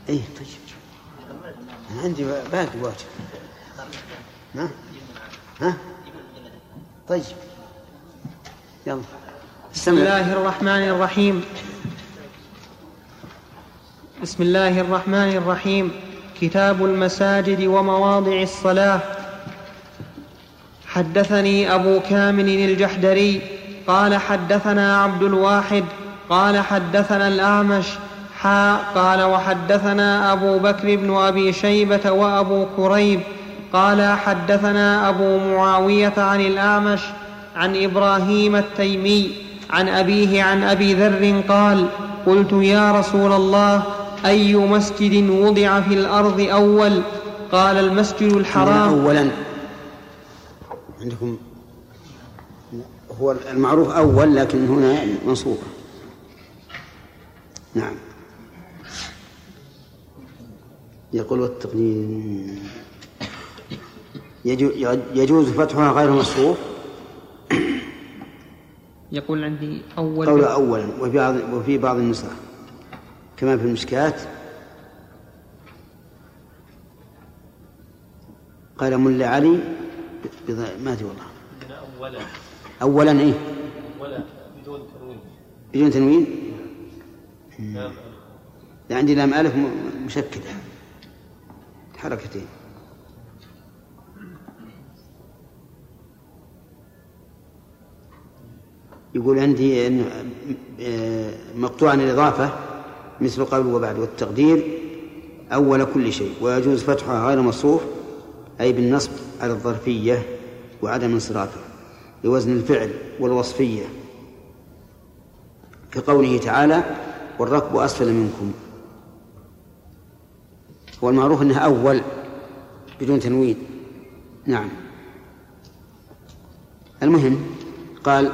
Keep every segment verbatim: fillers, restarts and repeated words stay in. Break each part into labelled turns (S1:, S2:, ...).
S1: ايه طيب أنا عندي باقي واجب. ها ها طيب يلا.
S2: بسم الله الرحمن الرحيم. بسم الله الرحمن الرحيم. كتاب المساجد ومواضع الصلاة. حدثني أبو كامل الجحدري قال حدثنا عبد الواحد قال حدثنا الأعمش حا قال وحدثنا أبو بكر بن أبي شيبة وأبو كريب قال حدثنا أبو معاوية عن الأعمش عن إبراهيم التيمي عن أبيه عن أبي ذر قال قلت يا رسول الله أي مسجد وضع في الأرض أول؟ قال المسجد الحرام.
S1: أولا عندكم هو المعروف أول لكن هنا منصوب. نعم. يقول والتقدير يجوز فتحها غير مصروف.
S2: يقول عندي أول
S1: قول أولا وفي بعض وفي بعض النسخ كما في المشكات قال ملا علي ما أدري والله
S3: أولا
S1: أولا إيه
S3: أولا بدون تنوين
S1: بدون تنوين لا عندي لام ألف مشكلة حركتين. يقول عندي إن مقطوعا الإضافة مثل قبل وبعد والتقدير أول كل شيء ويجوز فتحها غير مصروف أي بالنصب على الظرفية وعدم انصرافه لوزن الفعل والوصفية كقوله تعالى والركب أسفل منكم. هو المعروف أنها أول بدون تنوين. نعم. المهم قال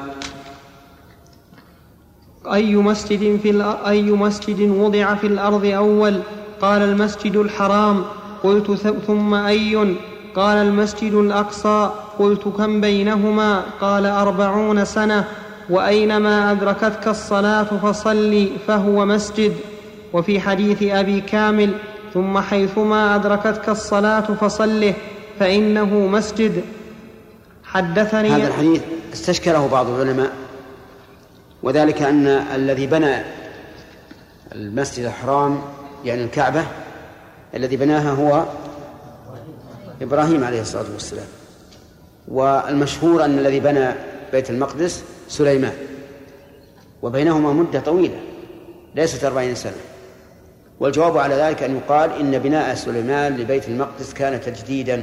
S2: أي مسجد في أي مسجد وضع في الأرض أول؟ قال المسجد الحرام. قلت ثم أي؟ قال المسجد الأقصى. قلت كم بينهما؟ قال أربعون سنة. وأينما أدركتك الصلاة فصلي فهو مسجد. وفي حديث أبي كامل ثم حيثما أدركتك الصلاة فصله فإنه مسجد. حدثني
S1: هذا الحديث استشكله بعض العلماء وذلك أن الذي بنى المسجد الحرام يعني الكعبة الذي بناها هو إبراهيم عليه الصلاة والسلام والمشهور أن الذي بنى بيت المقدس سليمان وبينهما مدة طويلة ليست أربعين سنة. والجواب على ذلك أن يقال إن بناء سليمان لبيت المقدس كان تجديدا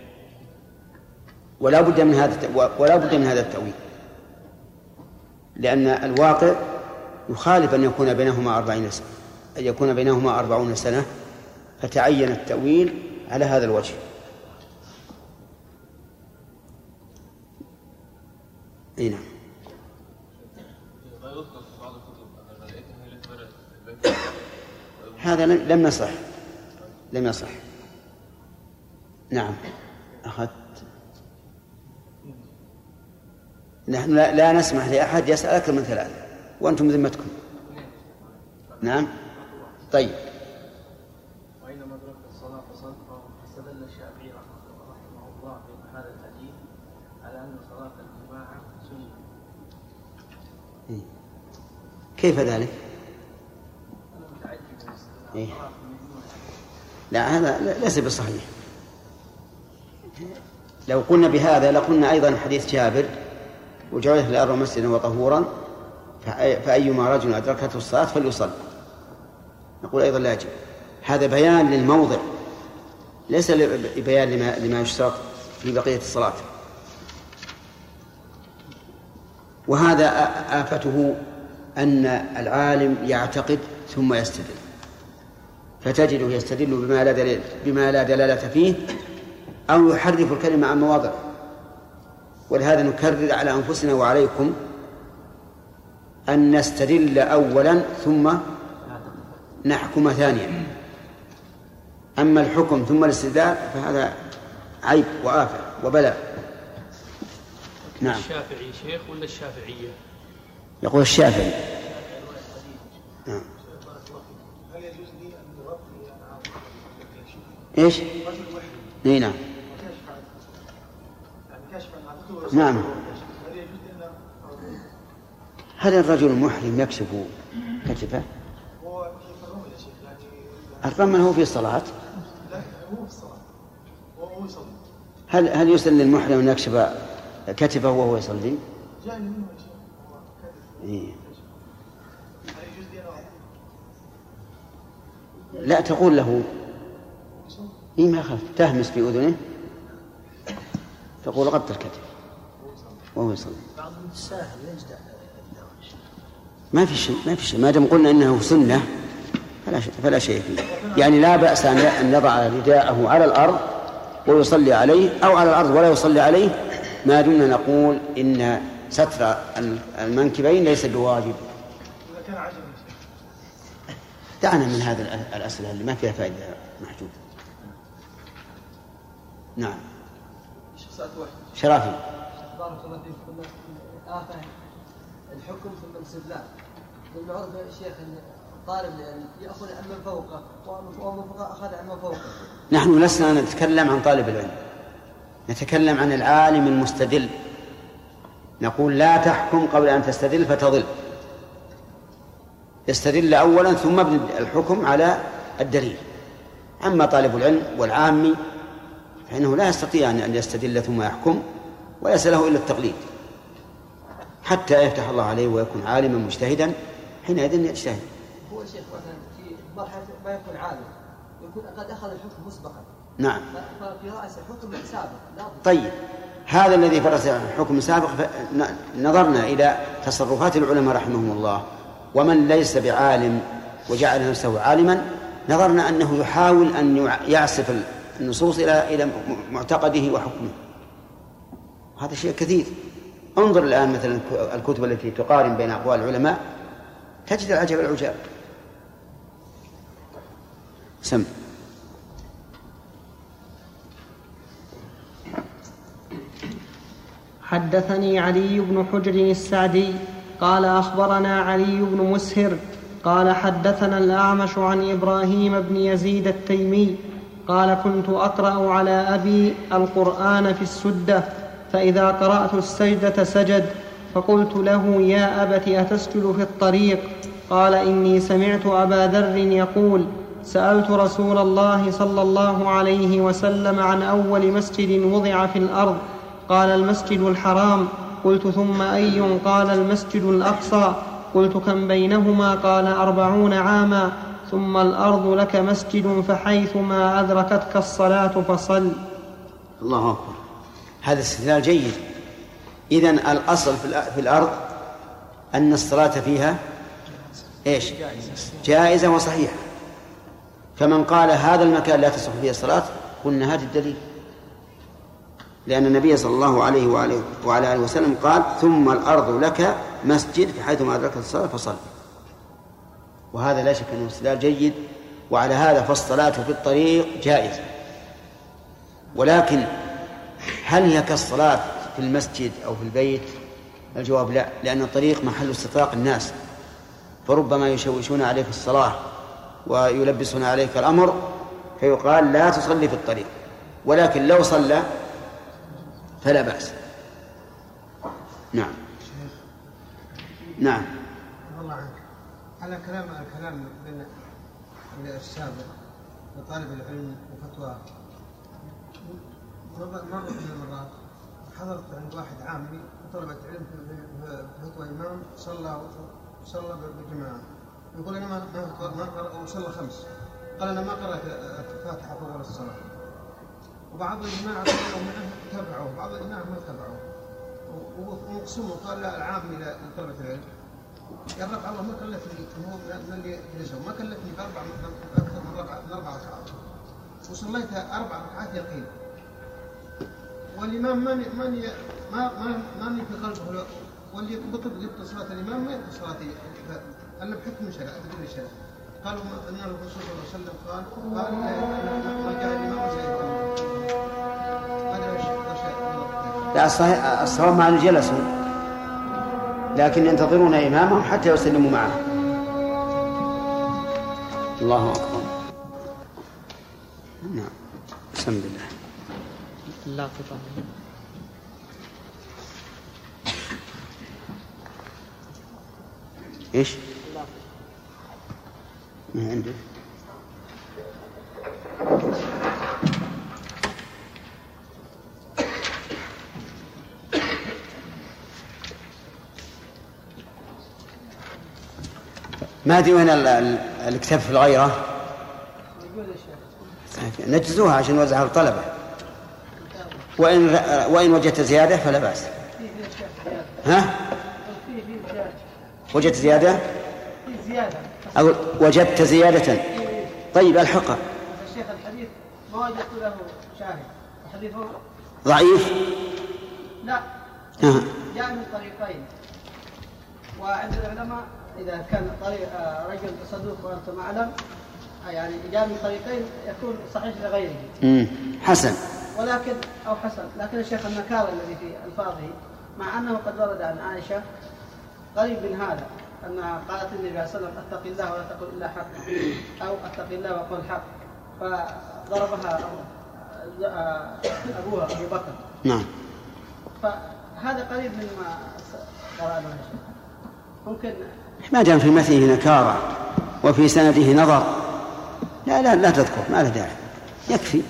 S1: ولا بد من هذا ولا بد من هذا التأويل لأن الواقع يخالف أن يكون بينهما أربعين سنة أن يكون بينهما أربعون سنة فتعين التأويل على هذا الوجه. أي نعم. هذا لم يصح لم يصح. نعم. أخذت نحن لا نسمح لأحد يسأل أكثر من ثلاثة وأنتم ذمتكم. نعم. طيب.
S3: وأينما أدركت الصلاة فصل. فاستدل الشافعي رحمه الله بهذا الحديث على أن صلاة الجماعة سنة.
S1: كيف ذلك؟ إيه؟ لا هذا ليس بصحيح. لو قلنا بهذا لقلنا أيضا حديث جابر وجعلت الأرض مسجدا وطهورا فأيما رجل أدركته الصلاة فليصل. نقول أيضا لا يجب. هذا بيان للموضع ليس بيان لما, لما يشترط في بقية الصلاة. وهذا آفته أن العالم يعتقد ثم يستدل فتجده يستدل بما لا دلالة, بما لا دلالة فيه أو يحرف الكلمة عن مواضع. ولهذا نكرر على أنفسنا وعليكم أن نستدل أولا ثم نحكم ثانيا. أما الحكم ثم الاستدلال فهذا عيب وآفة وبلاء. نعم.
S3: الشافعي شيخ ولا الشافعية؟
S1: يقول الشافعي. نعم.
S4: هل يجوز لي أن أغطي
S1: إيش؟ إيه نعم. نعم. هل الرجل المحرم يكشف كتفه؟ الرمل هو في الصلاة؟
S4: لا هو في الصلاة وهو يصلي.
S1: هل هل يسن للمحرم أن يكشف كتفه وهو يصلي؟
S4: جاء منه
S1: إيه. لا تقول له إيه ما خاف تهمس في أذنه تقول غطى الكتف وهو يصلي.
S3: بعض الساهل يجدع
S1: ما في شيء ما في شيء ما دام قلنا إنه سنة فلا شيء فلا شيء فيه. يعني لا بأس أن يضع رداءه على الأرض ويصلي عليه أو على الأرض ولا يصلي عليه ما دمنا نقول إن ستر المنكبين ليس بواجب. دعنا من هذا الأسئلة اللي ما فيها فائدة محجوبة. نعم شرافي.
S5: بارك الله فيكم. آفة الحكم ثم الاستدلال. بالمعروف يا شيخ ان الطالب يأخذ عمن فوقه ومن فوقه أخذ عمن فوقه.
S1: نحن لسنا نتكلم عن طالب العلم نتكلم عن العالم المستدل. نقول لا تحكم قبل أن تستدل فتضل. يستدل أولا ثم ابن الحكم على الدليل. أما طالب العلم والعامي فإنه لا يستطيع أن يستدل ثم يحكم وليس له إلا التقليد حتى يفتح الله عليه ويكون عالما مجتهدا حينئذ يجتهد.
S5: هو شيخ مثلا في مرحلة ما يكون عالم يكون قد أخذ الحكم مسبقا.
S1: نعم.
S5: ففي رأس الحكم سابق.
S1: طيب هذا الذي فرس الحكم سابق نظرنا إلى تصرفات العلماء رحمهم الله ومن ليس بعالم وجعل نفسه عالما نظرنا أنه يحاول أن يعصف النصوص إلى إلى معتقده وحكمه. هذا شيء كثير. انظر الآن مثلا الكتب التي تقارن بين أقوال العلماء تجد العجب العجاب. سم.
S2: حدثني علي بن حجر السعدي قال أخبرنا علي بن مسهر قال حدثنا الأعمش عن إبراهيم بن يزيد التيمي قال كنت أقرأ على أبي القرآن في السدة فإذا قرأت السجدة سجد فقلت له يا أبت أتسجد في الطريق؟ قال إني سمعت أبا ذر يقول سألت رسول الله صلى الله عليه وسلم عن أول مسجد وضع في الأرض قال المسجد الحرام. قلت ثم أي؟ قال المسجد الأقصى. قلت كم بينهما؟ قال أربعون عاما. ثم الأرض لك مسجد فحيثما أدركتك الصلاة فصل.
S1: الله أكبر. هذا استدلال جيد. إذن الأصل في الأرض أن الصلاة فيها إيش؟ جائزة وصحيحة. فمن قال هذا المكان لا تصح فيه الصلاة قلنا هذا الدليل لأن النبي صلى الله عليه وعلى آله وسلم قال ثم الأرض لك مسجد حيثما أدركت الصلاة فصل. وهذا لا شك أنه استدلال جيد. وعلى هذا فالصلاة في الطريق جائزة. ولكن هل هي كالصلاة في المسجد أو في البيت؟ الجواب لا، لأن الطريق محل استطراق الناس فربما يشوشون عليك الصلاة ويلبسون عليك الأمر فيقال لا تصلي في الطريق. ولكن لو صلى فلا بأس. نعم نعم.
S4: الله عنك. على كلام الكلام بين السابق وطالب العلم وفتوى مرة من المرات حضرت عند واحد عامي وطلبة علم في فتوى إمام صلى صلى بالجماعة يقول أنا ما ما قرأ وصلى خمس قال أنا ما قرأت الفاتحة في أول الصلاة. وبعض الجماعة قالوا معه تبعوه وبعض الجماعة ما تبعوه ومقسموا قال لا العام إلى طلبة العلم يا رب الله ما كلفني هو من اللي يجلسوا ما كلفني بأربع أكثر من أربع من أربع ركعات وصليتها أربع ركعات يقين والإمام ماني ماني ما ما ماني في قلبه واللي بطل جبت صلاة الإمام ما يبطل صلاتي أنا بحكم شرع أدري الشرع قالوا أن الرسول صلى الله عليه وسلم قال قال ما جاء الإمام وجاء
S1: لا الصواب مع الجلسوا لكن ينتظرون إمامهم حتى يسلموا معه. الله أكبر. نعم. بسم الله.
S2: لا قطع.
S1: إيش؟ ما عندك؟ ما أدري وين الكتاب في الغيرة. نجزوها عشان نوزعها للطلبة، وإن وإن وجدت زيادة فلا بأس. ها؟ وجدت زيادة؟ أقول وجدت زيادة. طيب الحقها.
S5: الشيخ الحديث ما وجدت له شاهد، حديثه
S1: ضعيف؟
S5: لا،
S1: ها.
S5: جاء من طريقين، وعند العلماء إذا كان طريق رجل صدوق وأنت معلم يعني جاء من طريقين يكون صحيح لغيره.
S1: امم حسن.
S5: ولكن أو حسن، لكن الشيخ النكار الذي في ألفاظه مع أنه قد ورد عن عائشة قريب من هذا، أنها قالت النبي صلى الله عليه وسلم اتق الله ولا تقل إلا حق، أو اتق الله وقل حق، فضربها أبوها أبو بكر.
S1: نعم.
S5: فهذا قريب من ما قرأنا الشيخ. ممكن
S1: ما دام في متنه نكارة وفي سنده نظر لا لا لا تذكر، ما له داعي، يكفي.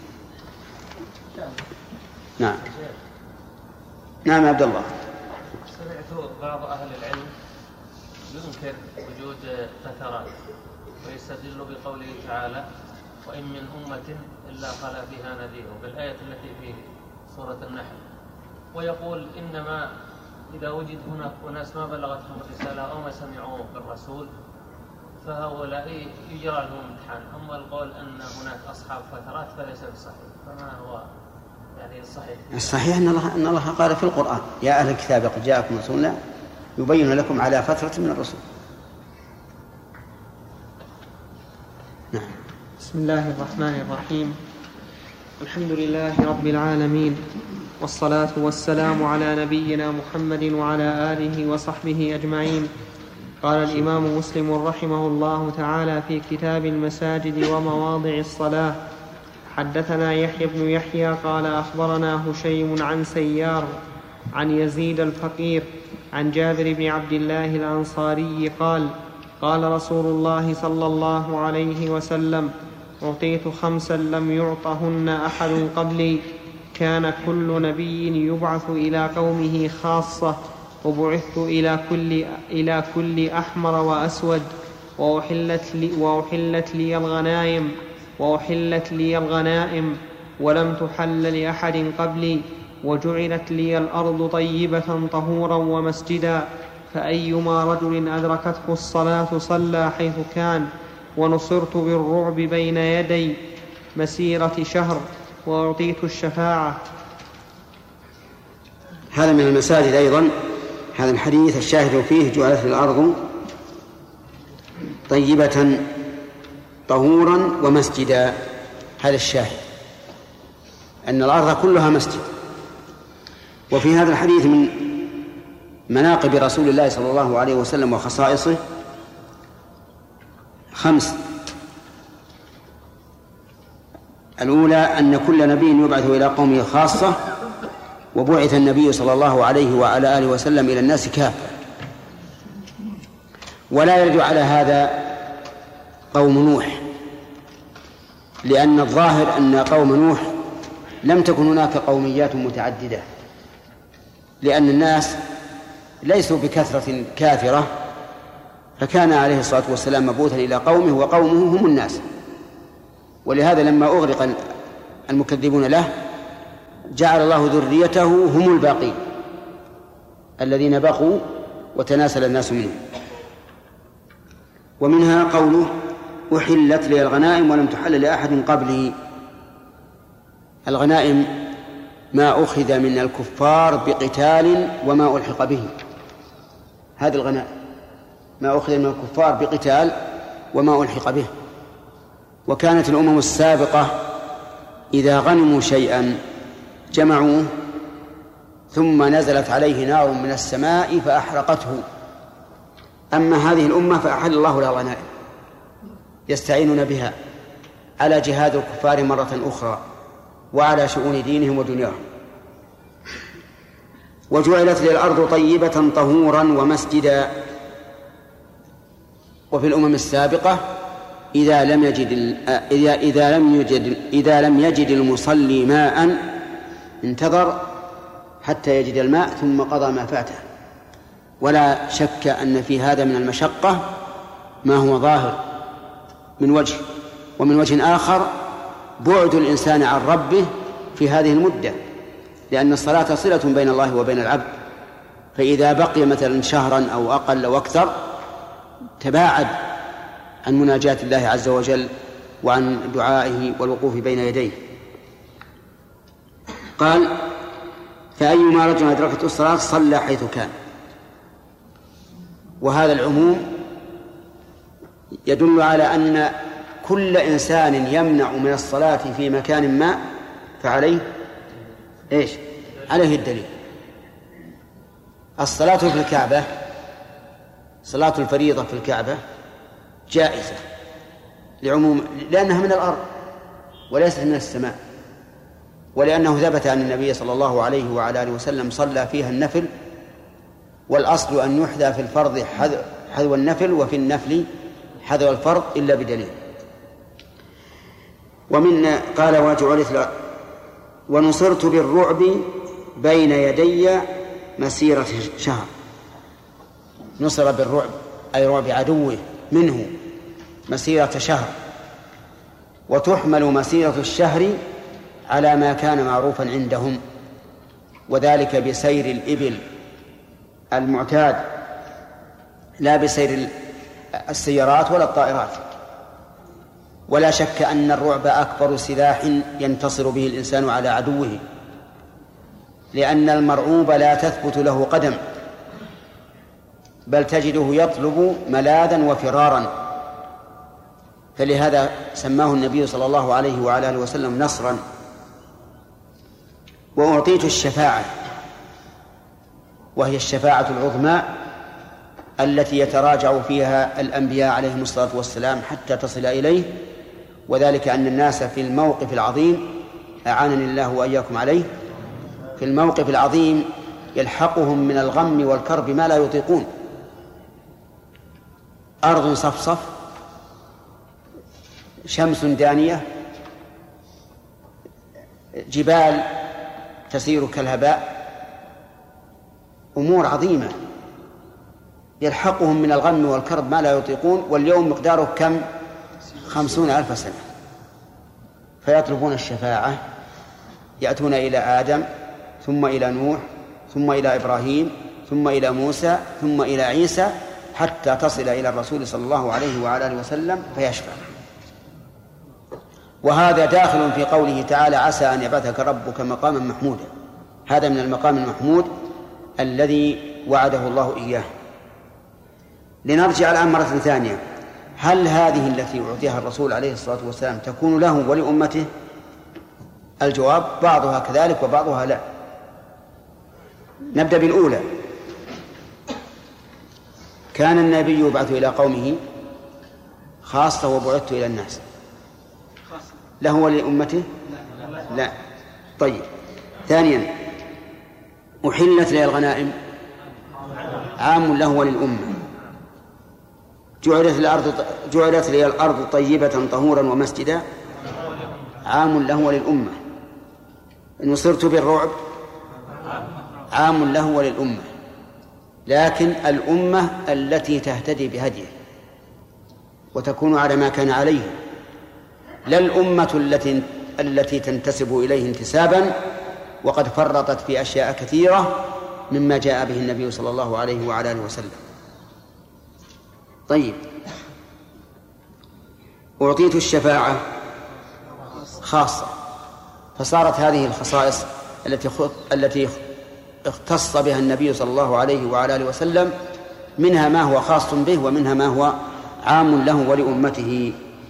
S1: نعم. نعم عبد الله.
S3: سمعت بعض أهل العلم ينكر وجود فترات ويستدل بقوله تعالى وإن من أمة إلا خلا فيها نذير بالآية التي في سورة النحل، ويقول إنما إذا وجد هناك أناس ما بلغتهم الرسالة أو ما سمعوا بالرسول فهؤلاء يجرى لهم امتحان. أما القول أن هناك أصحاب فترات فليس بصحيح. فما هو يعني الصحيح؟
S1: الصحيح أن الله أن الله قال في القرآن يا أهل الكتاب قد جاءكم رسولنا يبين لكم على فترة من الرسل. نعم.
S2: بسم الله الرحمن الرحيم. الحمد لله رب العالمين، والصلاة والسلام على نبينا محمد وعلى آله وصحبه أجمعين. قال الإمام مسلم رحمه الله تعالى في كتاب المساجد ومواضع الصلاة: حدثنا يحيى بن يحيى قال أخبرنا هشيم عن سيار عن يزيد الفقير عن جابر بن عبد الله الأنصاري قال: قال رسول الله صلى الله عليه وسلم: أعطيت خمسا لم يعطهن أحد قبلي، كان كل نبي يبعث إلى قومه خاصة، وبعثت إلى كل, إلى كل أحمر وأسود، وأحلت لي, وأحلت لي الغنائم وأحلت لي الغنائم ولم تحل لأحد قبلي، وجعلت لي الأرض طيبة طهورا ومسجدا، فأيما رجل أدركته الصلاة صلى حيث كان، ونصرت بالرعب بين يدي مسيرة شهر، وأعطيت الشفاعة.
S1: هذا من المساجد أيضا. هذا الحديث الشاهد فيه جعلت الأرض طيبة طهورا ومسجدا. هذا الشاهد أن الأرض كلها مسجد. وفي هذا الحديث من مناقب رسول الله صلى الله عليه وسلم وخصائصه خمس: الأولى أن كل نبي يبعث إلى قومه خاصة، وبعث النبي صلى الله عليه وعلى آله وسلم إلى الناس كافة. ولا يرد على هذا قوم نوح، لأن الظاهر أن قوم نوح لم تكن هناك قوميات متعددة، لأن الناس ليسوا بكثرة كافرة، فكان عليه الصلاة والسلام مبعوثا إلى قومه وقومه هم الناس. ولهذا لما أغرق المكذبون له جعل الله ذريته هم الباقين الذين بقوا وتناسل الناس منهم. ومنها قوله أحلت لي الغنائم ولم تحل لأحد قبلي. الغنائم ما أخذ من الكفار بقتال وما ألحق به، هذه الغنائم ما أخذ من الكفار بقتال وما ألحق به. وكانت الأمم السابقة إذا غنموا شيئا جمعوه ثم نزلت عليه نار من السماء فأحرقته. أما هذه الأمة فأحل الله لها الغنائم يستعينون بها على جهاد الكفار مرة أخرى وعلى شؤون دينهم ودنياهم. وجعلت لي الأرض طيبة طهورا ومسجدا. وفي الأمم السابقة إذا لم يجد إذا إذا لم يجد إذا لم يجد المصلي ماء انتظر حتى يجد الماء ثم قضى ما فاته. ولا شك أن في هذا من المشقة ما هو ظاهر من وجه، ومن وجه آخر بعد الإنسان عن ربه في هذه المدة، لأن الصلاة صلة بين الله وبين العبد، فإذا بقي مثلا شهرا أو أقل أو أكثر تباعد عن مناجاة الله عز وجل وعن دعائه والوقوف بين يديه. قال: فأيما رجل أدركته الصلاة صلى حيث كان. وهذا العموم يدل على أن كل إنسان يمنع من الصلاة في مكان ما فعليه إيش؟ عليه الدليل. الصلاة في الكعبة، صلاة الفريضة في الكعبة جائزة لعموم، لأنها من الأرض وليست من السماء، ولأنه ثبت أن النبي صلى الله عليه وعلى آله وسلم صلى فيها النفل، والأصل أن يحذى في الفرض حذو النفل وفي النفل حذو الفرض إلا بدليل. ومن قال: وجعلت ونصرت بالرعب بين يدي مسيرة شهر. نصر بالرعب أي رعب عدوه منه مسيرة شهر، وتحمل مسيرة الشهر على ما كان معروفا عندهم، وذلك بسير الإبل المعتاد لا بسير السيارات ولا الطائرات. ولا شك أن الرعب أكبر سلاح ينتصر به الإنسان على عدوه، لأن المرعوب لا تثبت له قدم، بل تجده يطلب ملاذا وفرارا. فلهذا سماه النبي صلى الله عليه وعلى آله وسلم نصرا. وأعطيت الشفاعة، وهي الشفاعة العظمى التي يتراجع فيها الأنبياء عليهم الصلاة والسلام حتى تصل إليه، وذلك أن الناس في الموقف العظيم أعانني الله وإياكم عليه، في الموقف العظيم يلحقهم من الغم والكرب ما لا يطيقون. أرض صفصف، شمس دانية، جبال تسير كالهباء، أمور عظيمة يلحقهم من الغم والكرب ما لا يطيقون، واليوم مقداره كم؟ خمسون ألف سنة. فيطلبون الشفاعة، يأتون إلى آدم ثم إلى نوح ثم إلى إبراهيم ثم إلى موسى ثم إلى عيسى حتى تصل إلى الرسول صلى الله عليه وعلى آله وسلم فيشفع. وهذا داخل في قوله تعالى: عسى أن يبعثك ربك مقاما محمودا. هذا من المقام المحمود الذي وعده الله إياه. لنرجع الآن مرة ثانية، هل هذه التي أعطيها الرسول عليه الصلاة والسلام تكون له ولأمته؟ الجواب: بعضها كذلك وبعضها لا. نبدأ بالأولى. كان النبي يبعث إلى قومه خاصة وبعثت إلى الناس، له ولأمته؟ لا. طيب. ثانيا، أحلت لي الغنائم، عام له وللأمة. جعلت الأرض جعلت لي الأرض طيبة طهورا ومسجدا، عام له وللأمة. نصرت بالرعب، عام له وللأمة، لكن الأمة التي تهتدي بهديه وتكون على ما كان عليه، لا الأمة التي التي تنتسب إليه انتسابا وقد فرطت في أشياء كثيرة مما جاء به النبي صلى الله عليه وعلى آله وسلم. طيب. أعطيت الشفاعة خاصة، فصارت هذه الخصائص التي التي اختص بها النبي صلى الله عليه وعلى آله وسلم، منها ما هو خاص به ومنها ما هو عام له ولأمته.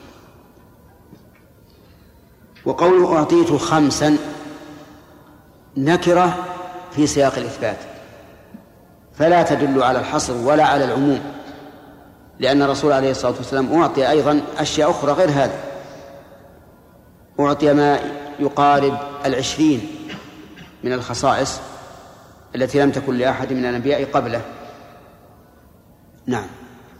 S1: وقوله أعطيت خمسا نكرة في سياق الإثبات، فلا تدل على الحصر ولا على العموم، لأن الرسول عليه الصلاة والسلام أعطي أيضا أشياء أخرى غير هذا. أعطي ما يقارب العشرين من الخصائص التي لم تكن لأحد من الأنبياء قبله. نعم.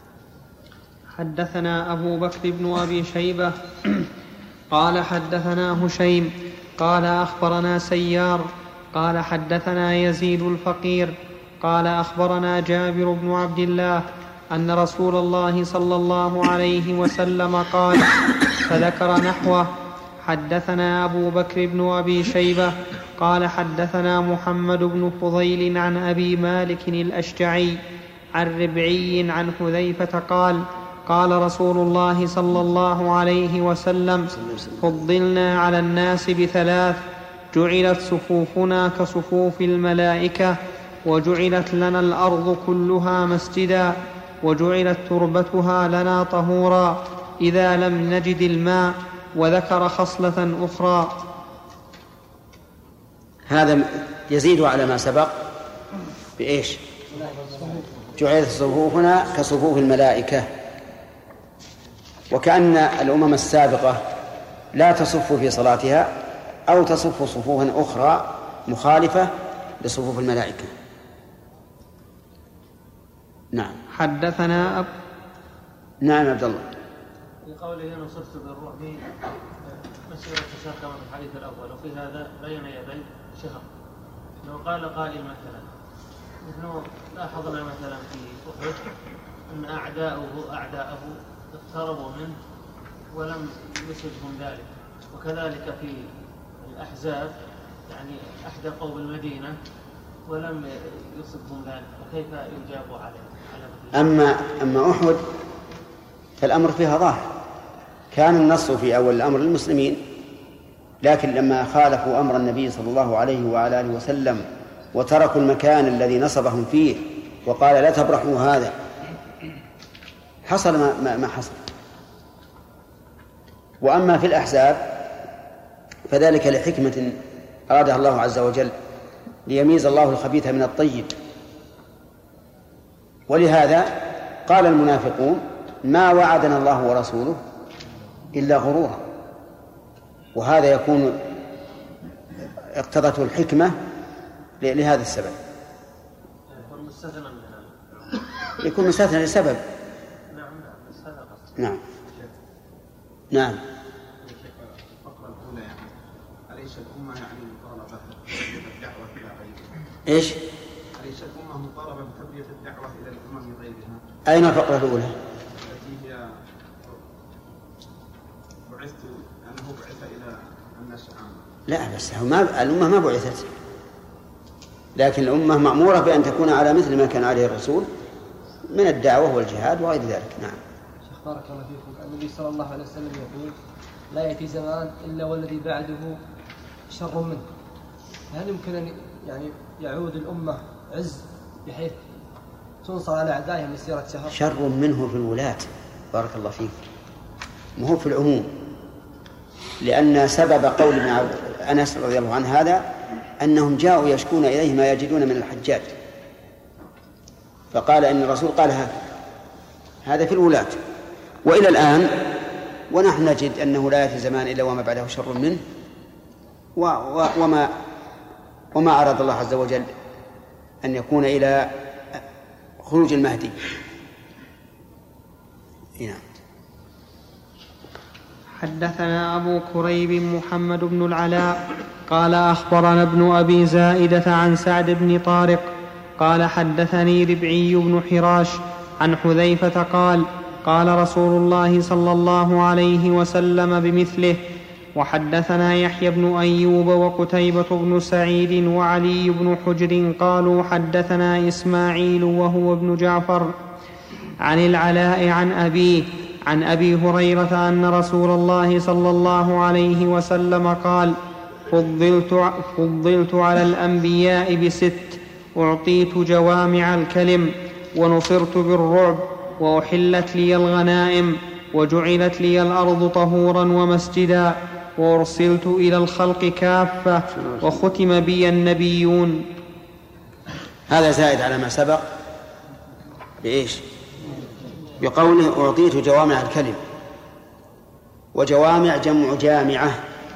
S2: حدثنا أبو بكر بن أبي شيبة قال حدثنا هشيم قال أخبرنا سيار قال حدثنا يزيد الفقير قال أخبرنا جابر بن عبد الله أن رسول الله صلى الله عليه وسلم قال فذكر نحوه. حدثنا أبو بكر بن أبي شيبة قال حدثنا محمد بن فضيل عن أبي مالك الأشجعي عن ربعي عن حذيفة قال قال رسول الله صلى الله عليه وسلم فضلنا على الناس بثلاث: جعلت صفوفنا كصفوف الملائكة، وجعلت لنا الأرض كلها مسجدا، وجعلت تربتها لنا طهورا إذا لم نجد الماء. وذكر خصلة أخرى.
S1: هذا يزيد على ما سبق بإيش؟ جعلت صفوفنا كصفوف الملائكة، وكأن الأمم السابقة لا تصف في صلاتها أو تصف صفوفا أخرى مخالفة لصفوف الملائكة. نعم.
S2: حدثنا أب...
S1: نعم عبد الله.
S3: في قوله نصرت بالرعب مسيرة شهر كما في الحديث الأول، وفي هذا بين يدي شهر. لو قال قائل مثلا نحن لاحظنا مثلا في أحد أن أعداؤه أعداءه اقتربوا منه ولم يصبهم ذلك، وكذلك في الأحزاب يعني أحدقوا بالمدينة ولم يصبهم ذلك، وكيف يجاب عليه؟
S1: أما أما أحد فالأمر فيها ظاهر، كان النصر في أول الأمر للمسلمين، لكن لما خالفوا أمر النبي صلى الله عليه وعلى آله وسلم وتركوا المكان الذي نصبهم فيه وقال لا تبرحوا هذا، حصل ما, ما حصل. وأما في الأحزاب فذلك لحكمة أرادها الله عز وجل، ليميز الله الخبيث من الطيب. ولهذا قال المنافقون ما وعدنا الله ورسوله إلا غرورا، وهذا يكون اقتضته الحكمة لهذا السبب، يكون مستثنى لسبب. نعم نعم.
S6: الفقرة الأولى يعني أليس الأمة يعني مطالبة بالدعوة إلى غيرها؟
S1: إيش؟
S6: أليس الأمة مطالبة بتبليغ الدعوة إلى الأمم غيرها؟
S1: أين الفقرة الأولى؟
S6: التي هي بعثت أنه بعث إلى الناس عامة.
S1: لا بس ما الأمة ما بعثت، لكن الأمة مأمورة بأن تكون على مثل ما كان عليه الرسول من الدعوة والجهاد وغير ذلك. نعم.
S7: شيخ بارك الله فيكم. النبي صلى الله عليه وسلم يقول لا يأتي زمان إلا والذي بعده شر منه، هل يمكن أن يعني يعود الأمة عز بحيث تنصر على أعدائها مسيرة شهر؟
S1: شر منه في الولاة بارك الله فيك، ما هو في العموم، لأن سبب قول أنس رضي الله عنه هذا أنهم جاءوا يشكون إليه ما يجدون من الحجاج، فقال إن الرسول قال هذا هذا في الولاة. وإلى الآن ونحن نجد أنه لا يأتي زمان إلا وما بعده شر منه، وما وما أراد الله عز وجل أن يكون إلى خروج المهدي. هنا.
S2: حدثنا أبو كريب محمد بن العلاء قال أخبرنا ابن أبي زائدة عن سعد بن طارق قال حدثني ربعي بن حراش عن حذيفة قال قال رسول الله صلى الله عليه وسلم بمثله. وحدثنا يحيى بن أيوب وقتيبة بن سعيد وعلي بن حجر قالوا حدثنا إسماعيل وهو ابن جعفر عن العلاء عن أبيه عن أبي هريرة أن رسول الله صلى الله عليه وسلم قال فضلت, فضلت على الأنبياء بست: أعطيت جوامع الكلم، ونصرت بالرعب، وأحلت لي الغنائم، وجعلت لي الأرض طهورا ومسجدا، وأرسلت إلى الخلق كافة، وختم بي النبيون.
S1: هذا زائد على ما سبق بإيش؟ بقوله أعطيت جوامع الكلم، وجوامع جمع جامعة،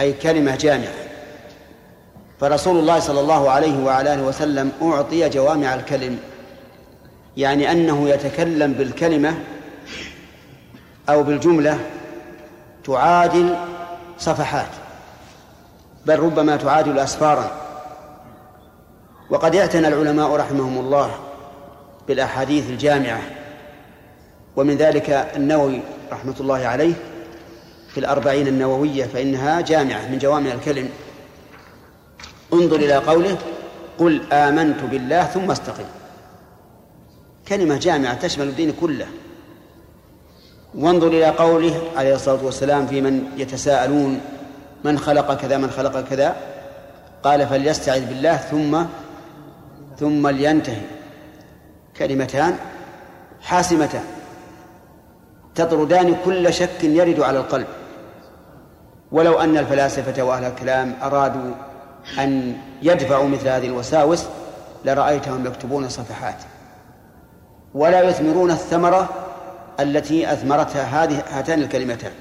S1: أي كلمة جامعة. فرسول الله صلى الله عليه وعلى آله وسلم أعطي جوامع الكلم، يعني أنه يتكلم بالكلمة أو بالجملة تعادل صفحات، بل ربما تعادل أسفارا. وقد اعتنى العلماء رحمهم الله بالأحاديث الجامعة، ومن ذلك النووي رحمة الله عليه في الأربعين النووية، فإنها جامعة من جوامع الكلم. انظر إلى قوله: قل آمنت بالله ثم استقم. كلمة جامعة تشمل الدين كله. وانظر إلى قوله عليه الصلاة والسلام في من يتساءلون: من خلق كذا من خلق كذا، قال: فليستعذ بالله ثم ثم لينتهي. كلمتان حاسمتان تطردان كل شك يرد على القلب. ولو أن الفلاسفة وأهل الكلام أرادوا أن يدفعوا مثل هذه الوساوس لرأيتهم يكتبون صفحات ولا يثمرون الثمرة التي أثمرتها هذه هاتان الكلمتان.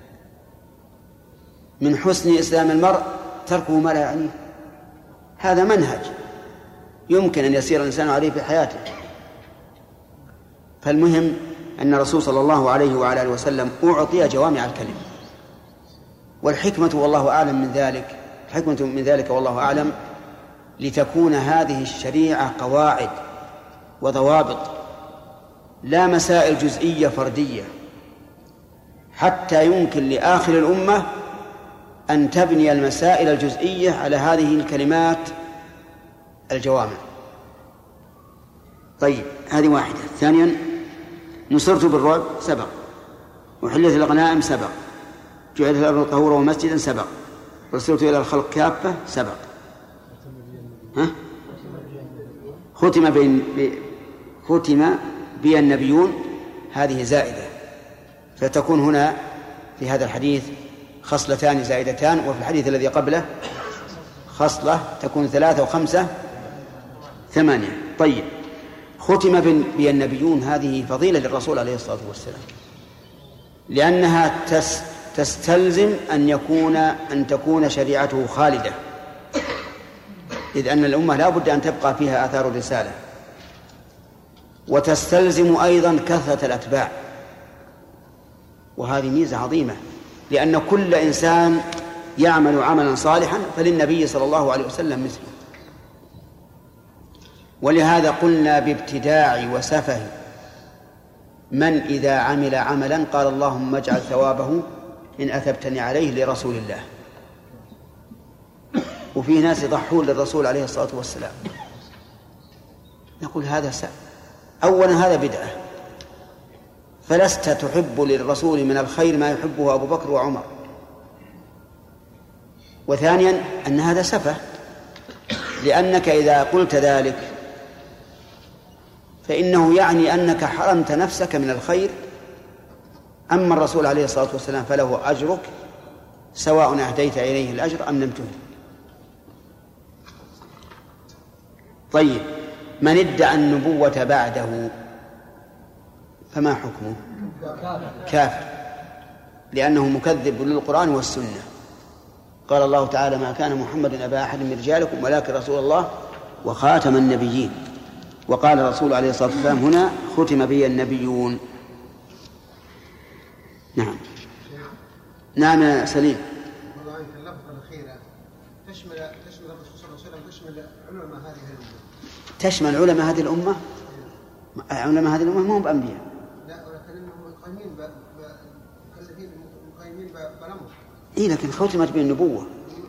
S1: من حسن إسلام المرء تركه ما لا يعنيه. هذا منهج يمكن أن يسير الإنسان عليه في حياته. فالمهم أن الرسول صلى الله عليه وعلى آله وسلم أعطي جوامع الكلم. والحكمة والله أعلم من ذلك الحكمة من ذلك والله أعلم لتكون هذه الشريعة قواعد وضوابط، لا مسائل جزئية فردية، حتى يمكن لآخر الأمة أن تبني المسائل الجزئية على هذه الكلمات الجوامع. طيب، هذه واحدة. ثانيا: نصرت بالرعب سبق، وحلت الغنائم سبق، جعلت الأرض طهورا ومسجدا سبق، رسلت إلى الخلق كافة سبق. ها؟ ختم بين ختم بي النبيون، هذه زائدة، فتكون هنا في هذا الحديث خصلتان زائدتان، وفي الحديث الذي قبله خصلة، تكون ثلاثة وخمسة ثمانية. طيب، ختم بي النبيون هذه فضيلة للرسول عليه الصلاة والسلام، لأنها تستلزم أن يكون أن تكون شريعته خالدة، إذ أن الأمة لا بد أن تبقى فيها آثار الرسالة، وتستلزم أيضا كثرة الأتباع، وهذه ميزة عظيمة، لأن كل إنسان يعمل عملا صالحا فللنبي صلى الله عليه وسلم مثله. ولهذا قلنا بابتداع وسفه من إذا عمل عملا قال: اللهم اجعل ثوابه إن أثبتني عليه لرسول الله. وفي ناس يضحون للرسول عليه الصلاة والسلام، نقول هذا سأ. أولا هذا بدعة، فلست تحب للرسول من الخير ما يحبه أبو بكر وعمر. وثانيا أن هذا سفه، لأنك إذا قلت ذلك فإنه يعني أنك حرمت نفسك من الخير. أما الرسول عليه الصلاة والسلام فله أجرك سواء أهديت إليه الأجر أم لم تهد. طيب، من ادعى النبوة بعده فما حكمه؟ كافر، لأنه مكذب للقرآن والسنة. قال الله تعالى: ما كان محمد أبا أحد من رجالكم ولكن رسول الله وخاتم النبيين. وقال الرسول عليه الصلاة والسلام هنا: ختم بي النبيون. نعم نعم يا سليم.
S4: والله في اللفظة الأخيرة تشمل تشمل الرسول صلى الله عليه وسلم، تشمل علماء هذه الأمة.
S1: تشمل علماء هذه الأمة؟ علماء هذه الأمة ما هم بأنبياء.
S4: لا، ولكنهم مقيمين مكلفين مقيمين بالأمر.
S1: إيه، لكن ختمت بالنبوة.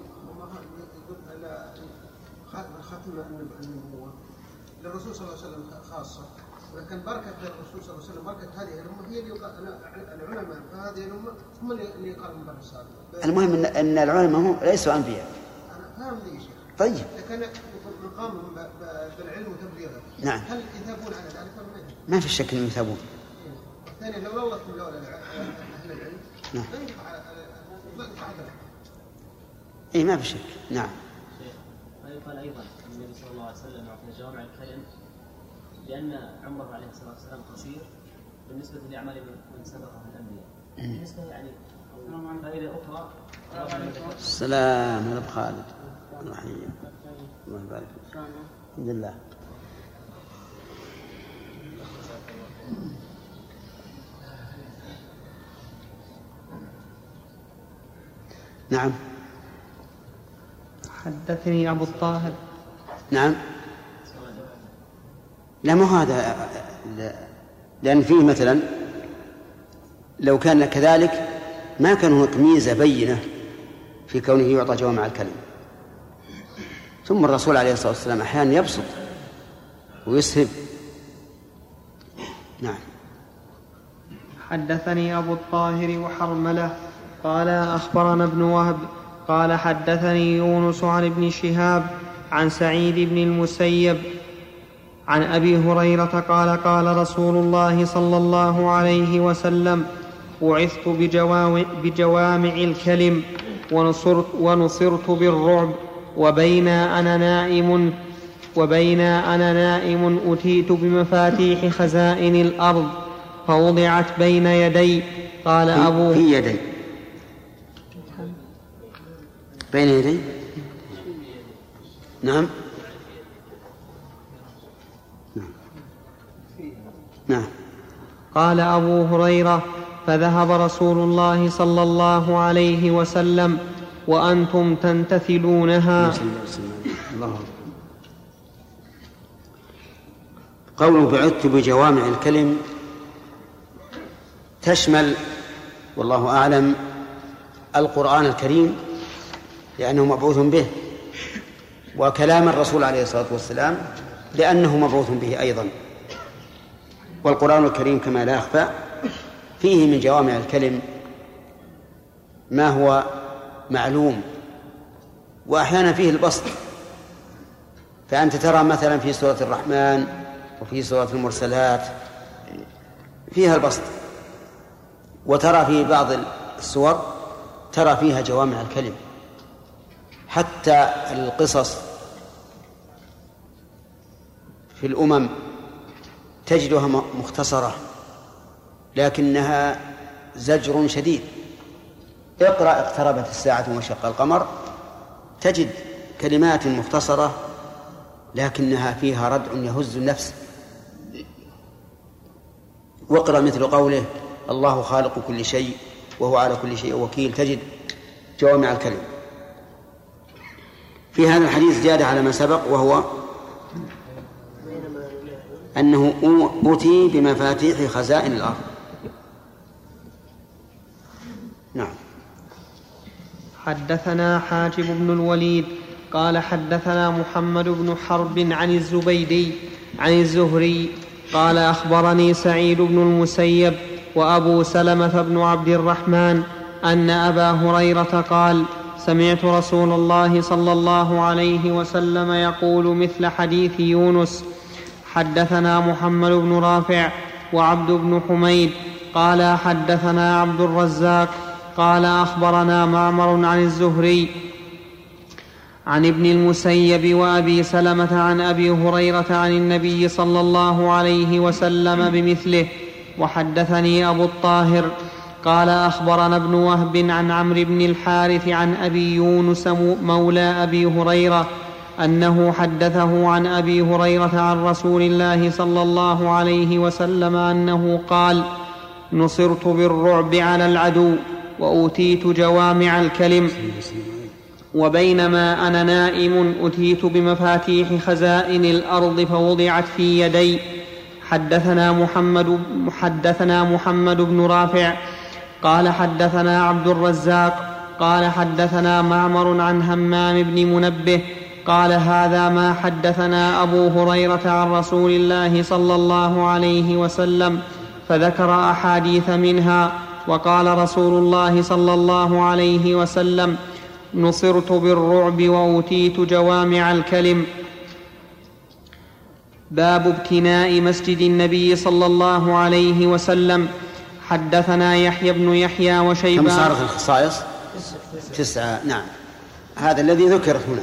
S4: ختم النبوة للرسول صلى الله عليه وسلم خاصة، ولكن بركة الرسول صلى الله عليه وسلم، بركة هذه الأمة هي اللي العلماء فهذه الأمة هم اللي يقالون بالرسالة.
S1: المهم أن العلماء هم ليسوا أنبياء.
S4: أنا فاهم ذي شيء.
S1: طيب،
S4: لكن مقامهم بالعلم وتبليغه.
S1: نعم.
S4: هل يثابون على ذلك ولا ما؟
S1: ما في شك أنهم يثابون.
S4: الثاني لو الله من لولا أهل العلم
S1: نعم.
S4: لا ينفع لا ينفع هذا.
S1: إيه، ما في شك. نعم.
S8: ويقال أيضا النبي صلى الله عليه وسلم يعطينا جوامع الكلم لأن عمره عليه الصلاة والسلام قصير بالنسبة لأعمال من سبقه من الأنبياء. بالنسبة يعني أو فائدة أخرى.
S1: السلام على خالد رحيم الله يبارك فيك. الحمد لله. نعم.
S2: حدثني أبو الطاهر.
S1: نعم. لا مو هذا، لأن فيه مثلا لو كان كذلك ما كان هناك ميزة بينة في كونه يعطى جوامع الكلم. ثم الرسول عليه الصلاة والسلام أحيانا يبسط ويسهب. نعم.
S2: حدثني أبو الطاهر وحرملة قال أخبرنا ابن وهب قال حدثني يونس عن ابن شهاب عن سعيد بن المسيب عن أبي هريرة قال قال رسول الله صلى الله عليه وسلم بعثت بجوامع الكلم ونصرت, ونصرت بالرعب وبين أنا نائم وبين أنا نائم أتيت بمفاتيح خزائن الأرض فوضعت بين يدي. قال أبو
S1: في يدي بين يدي. نعم. نعم.
S2: قال أبو هريرة فذهب رسول الله صلى الله عليه وسلم وأنتم تنتثلونها.
S1: الله. قوله بعثت بجوامع الكلم تشمل والله أعلم القرآن الكريم لأنه مبعوث به، وكلام الرسول عليه الصلاة والسلام لأنه مبعوث به أيضا. والقرآن الكريم كما لا يخفى فيه من جوامع الكلم ما هو معلوم، وأحيانا فيه البسط. فأنت ترى مثلا في سورة الرحمن وفي سورة المرسلات فيها البسط، وترى في بعض السور ترى فيها جوامع الكلم. حتى القصص في الأمم تجدها مختصرة لكنها زجر شديد. اقرأ اقتربت الساعة وانشق القمر تجد كلمات مختصرة لكنها فيها ردع يهز النفس. واقرأ مثل قوله الله خالق كل شيء وهو على كل شيء وكيل تجد جوامع الكلم. في هذا الحديث زيادة على ما سبق، وهو أنه أوتي بمفاتيح خزائن الأرض. نعم.
S2: حدثنا حاجب بن الوليد قال حدثنا محمد بن حرب عن الزبيدي عن الزهري قال أخبرني سعيد بن المسيب وأبو سلمة بن عبد الرحمن أن أبا هريرة قال سمعت رسول الله صلى الله عليه وسلم يقول مثل حديث يونس. حدثنا محمد بن رافع وعبد بن حميد قال حدثنا عبد الرزاق قال أخبرنا معمر عن الزهري عن ابن المسيب وأبي سلمة عن أبي هريرة عن النبي صلى الله عليه وسلم بمثله. وحدثني أبو الطاهر قال أخبرنا ابن وهب عن عمرو بن الحارث عن أبي يونس مولى أبي هريرة أنه حدثه عن أبي هريرة عن رسول الله صلى الله عليه وسلم أنه قال نصرت بالرعب على العدو وأوتيت جوامع الكلم وبينما أنا نائم أتيت بمفاتيح خزائن الأرض فوضعت في يدي. حدثنا محمد, حدثنا محمد بن رافع قال حدثنا عبد الرزاق قال حدثنا معمر عن همام بن منبه قال هذا ما حدثنا أبو هريرة عن رسول الله صلى الله عليه وسلم فذكر أحاديث منها. وقال رسول الله صلى الله عليه وسلم نصرت بالرعب وأوتيت جوامع الكلم. باب ابتناء مسجد النبي صلى الله عليه وسلم. حدثنا يحيى بن يحيى وشيبان.
S1: كم صارت الخصائص؟ تسعة. نعم هذا الذي ذكر هنا.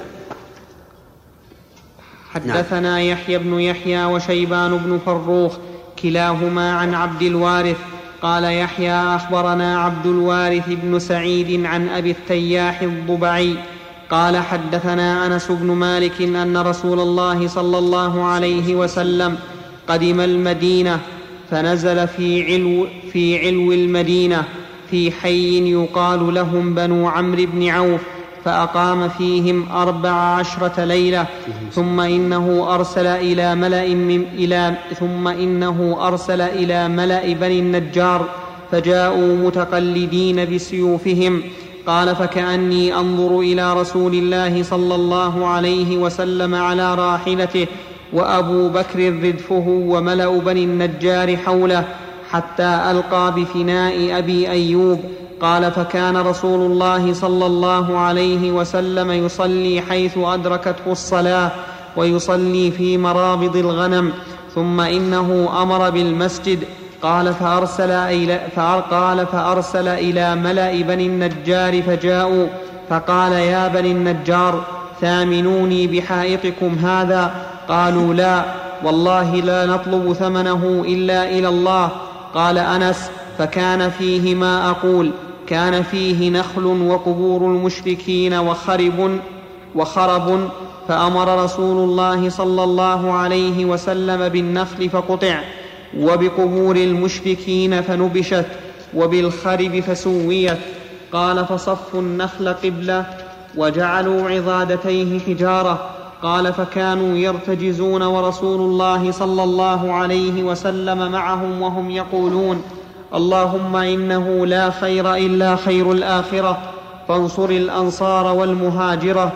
S2: حدثنا نعم. يحيى بن يحيى وشيبان بن فروخ كلاهما عن عبد الوارث قال يحيى أخبرنا عبد الوارث بن سعيد عن أبي التياح الضبعي قال حدثنا أنس بن مالك أن رسول الله صلى الله عليه وسلم قدم المدينة فنزل في علو, في علو المدينة في حي يقال لهم بنو عمرو بن عوف فأقام فيهم أربع عشرة ليلة ثم إنه أرسل إلى ملأ من إلى ثم إنه أرسل إلى ملأ بني النجار فجاءوا متقلدين بسيوفهم. قال فكأني أنظر إلى رسول الله صلى الله عليه وسلم على راحلته وأبو بكر ردفه وملأ بني النجار حوله حتى ألقى بفناء أبي أيوب. قال فكان رسول الله صلى الله عليه وسلم يصلي حيث أدركته الصلاة ويصلي في مرابض الغنم ثم إنه أمر بالمسجد. قال فأرسل إلى, قال فأرسل إلى ملأ بني النجار فجاءوا فقال يا بني النجار ثامنوني بحائطكم هذا. قالوا لا والله لا نطلب ثمنه إلا إلى الله. قال أنس فكان فيه ما أقول كان فيه نخل وقبور المشركين وخرب وخرب فأمر رسول الله صلى الله عليه وسلم بالنخل فقطع وبقبور المشركين فنبشت وبالخرب فسويت. قال فصفوا النخل قبلة وجعلوا عضادتيه حجارة. قال فكانوا يرتجزون ورسول الله صلى الله عليه وسلم معهم وهم يقولون اللهم إنه لا خير إلا خير الآخرة فانصر الأنصار والمهاجرة.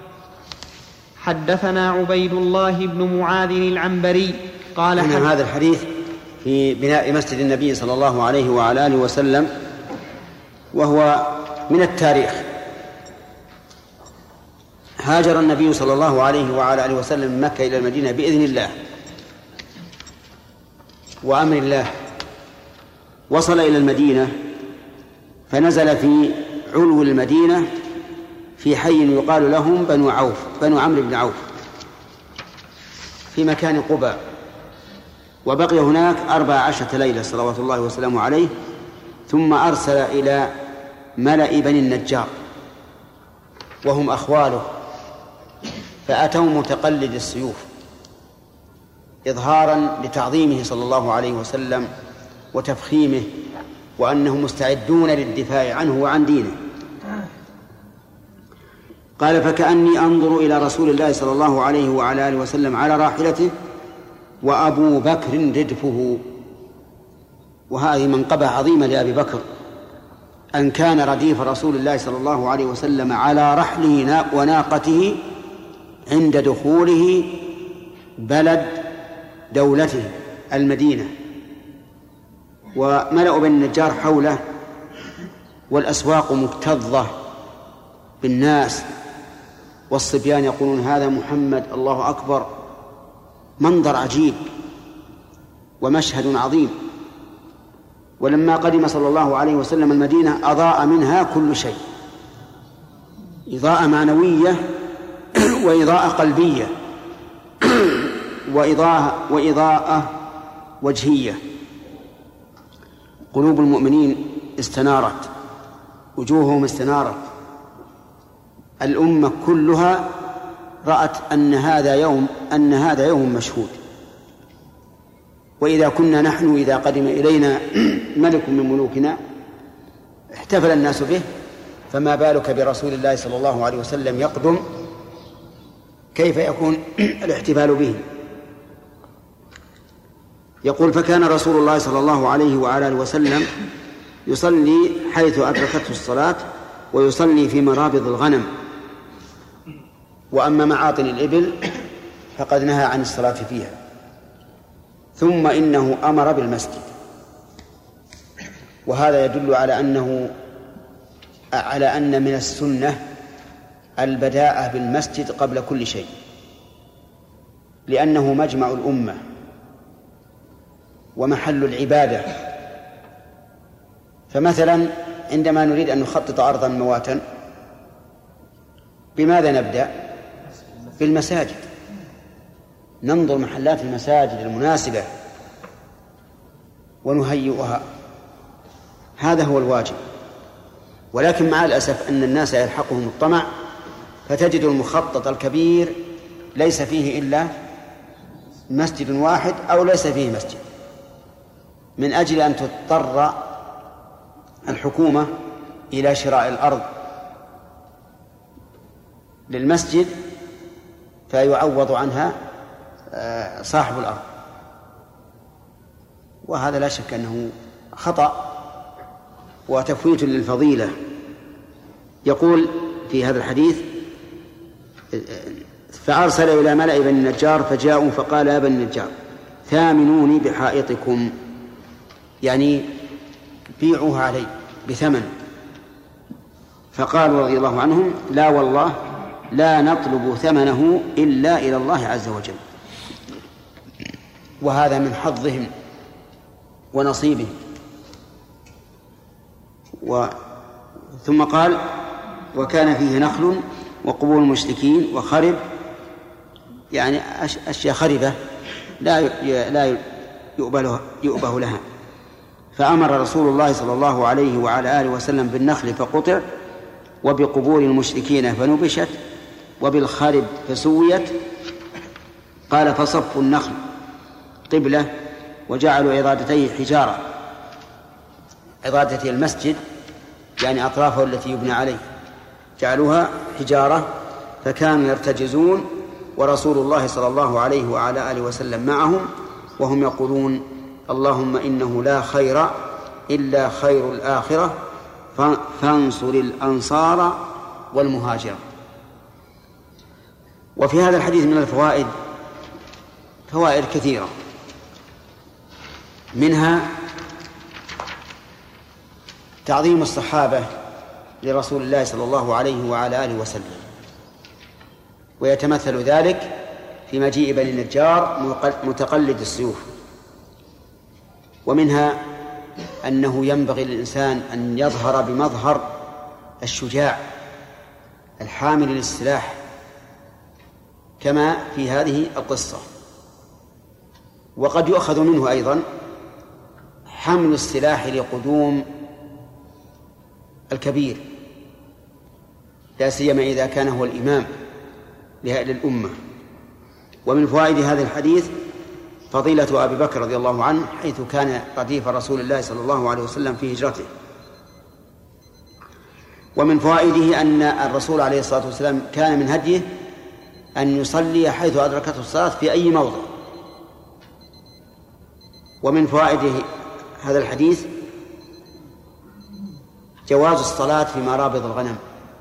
S2: حدثنا عبيد الله بن معاذ العنبري قال
S1: إن هذا الحديث في بناء مسجد النبي صلى الله عليه وعلى آله وسلم وهو من التاريخ. هاجر النبي صلى الله عليه وعلى آله وسلم من مكة إلى المدينة بإذن الله وأمر الله. وصل إلى المدينة فنزل في علو المدينة في حي يقال لهم بنو عوف بنو عمرو بن عوف في مكان قباء وبقي هناك أربع عشرة ليلة صلوات الله وسلامه عليه ثم أرسل إلى ملأ بني النجار وهم أخواله فأتوا متقلد السيوف إظهارا لتعظيمه صلى الله عليه وسلم وتفخيمه وأنهم مستعدون للدفاع عنه وعن دينه. قال فكأني أنظر إلى رسول الله صلى الله عليه وعلى آله وسلم على راحلته وأبو بكر ردفه. وهذه منقبة عظيمة لأبي بكر أن كان رديف رسول الله صلى الله عليه وسلم على رحله وناقته عند دخوله بلد دولته المدينة وملأ بني النجار حوله والأسواق مكتظة بالناس والصبيان يقولون هذا محمد الله أكبر. منظر عجيب ومشهد عظيم. ولما قدم صلى الله عليه وسلم المدينة أضاء منها كل شيء إضاءة معنوية وإضاءة قلبية وإضاءة, وإضاءة وجهية. قلوب المؤمنين استنارت وجوههم استنارت. الأمة كلها رأت أن هذا يوم أن هذا يوم مشهود. وإذا كنا نحن إذا قدم إلينا ملك من ملوكنا احتفل الناس به فما بالك برسول الله صلى الله عليه وسلم يقدم كيف يكون الاحتفال به. يقول فكان رسول الله صلى الله عليه وعلى آله وسلم يصلي حيث أدركته الصلاة ويصلي في مرابض الغنم. وأما معاطن الإبل فقد نهى عن الصلاة فيها. ثم إنه أمر بالمسجد. وهذا يدل على أنه على أن من السنة البداءة بالمسجد قبل كل شيء لأنه مجمع الأمة ومحل العبادة. فمثلا عندما نريد أن نخطط أرضا مواتا بماذا نبدأ؟ بالمساجد. ننظر محلات المساجد المناسبة ونهيئها هذا هو الواجب. ولكن مع الأسف أن الناس يلحقهم الطمع، فتجد المخطط الكبير ليس فيه إلا مسجد واحد أو ليس فيه مسجد، من أجل أن تضطر الحكومة إلى شراء الأرض للمسجد فيعوض عنها صاحب الأرض، وهذا لا شك أنه خطأ وتفويت للفضيلة. يقول في هذا الحديث: فأرسل إلى ملأ بني النجار فجاءوا فقال يا بني النجار ثامنوني بحائطكم، يعني بيعوها علي بثمن. فقالوا رضي الله عنهم: لا والله لا نطلب ثمنه إلا إلى الله عز وجل. وهذا من حظهم ونصيبهم. و... ثم قال: وكان فيه نخل وقبور المشركين وخرب، يعني أشياء خربة لا لا يؤبه, يؤبه لها. فأمر رسول الله صلى الله عليه وعلى آله وسلم بالنخل فقطع، وبقبور المشركين فنبشت، وبالخرب فسويت. قال: فصفوا النخل قبلة وجعلوا عضادتيه حجارة، عضادة المسجد يعني أطرافه التي يبنى عليه جعلوها حجارة، فكانوا يرتجزون ورسول الله صلى الله عليه وعلى آله وسلم معهم، وهم يقولون: اللهم إنه لا خير إلا خير الآخرة فانصر الأنصار والمهاجر. وفي هذا الحديث من الفوائد فوائد كثيرة، منها تعظيم الصحابة لرسول الله صلى الله عليه وعلى آله وسلم، ويتمثل ذلك في مجيء بني النجار متقلد السيوف. ومنها أنه ينبغي للإنسان أن يظهر بمظهر الشجاع الحامل للسلاح كما في هذه القصة. وقد يؤخذ منه أيضا حمل السلاح لقدوم الكبير، لا سيما إذا كان هو الإمام للأمة. ومن فوائد هذا الحديث فضيلة أبي بكر رضي الله عنه، حيث كان رديف رسول الله صلى الله عليه وسلم في هجرته. ومن فوائده أن الرسول عليه الصلاة والسلام كان من هديه أن يصلي حيث أدركته الصلاة في أي موضع. ومن فوائد هذا الحديث جواز الصلاة في مرابض الغنم.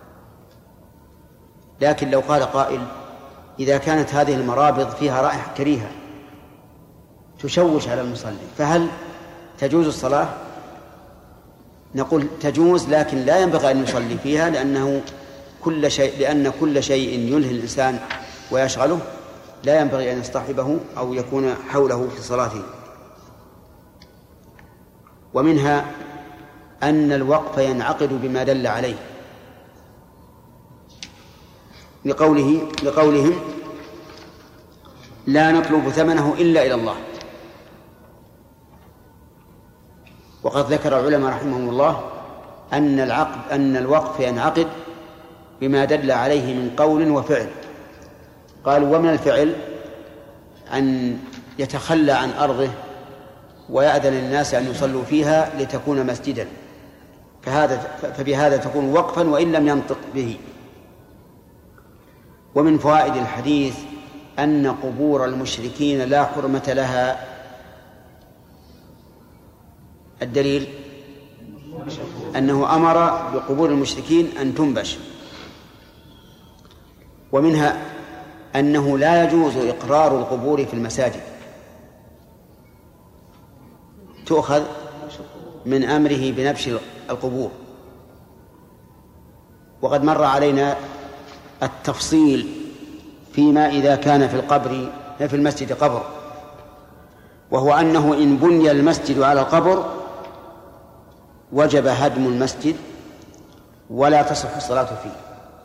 S1: لكن لو قال قائل: إذا كانت هذه المرابض فيها رائحة كريهة تشوش على المصلي فهل تجوز الصلاة؟ نقول تجوز، لكن لا ينبغي أن يصلي فيها، لأنه كل شيء لأن كل شيء يلهي الإنسان ويشغله لا ينبغي أن يصطحبه أو يكون حوله في صلاته. ومنها أن الوقف ينعقد بما دل عليه، لقوله لقولهم: لا نطلب ثمنه إلا إلى الله. وقد ذكر العلماء رحمهم الله أن العقد أن الوقف ينعقد بما دل عليه من قول وفعل. قالوا: ومن الفعل أن يتخلى عن أرضه ويأذن الناس أن يصلوا فيها لتكون مسجدا، فهذا فبهذا تكون وقفا وإن لم ينطق به. ومن فوائد الحديث أن قبور المشركين لا حرمة لها. الدليل أنه أمر بقبور المشركين أن تنبش. ومنها أنه لا يجوز إقرار القبور في المساجد، تؤخذ من أمره بنبش القبور. وقد مر علينا التفصيل فيما إذا كان في القبر في المسجد قبر، وهو أنه إن بني المسجد على القبر وجب هدم المسجد ولا تصح الصلاة فيه،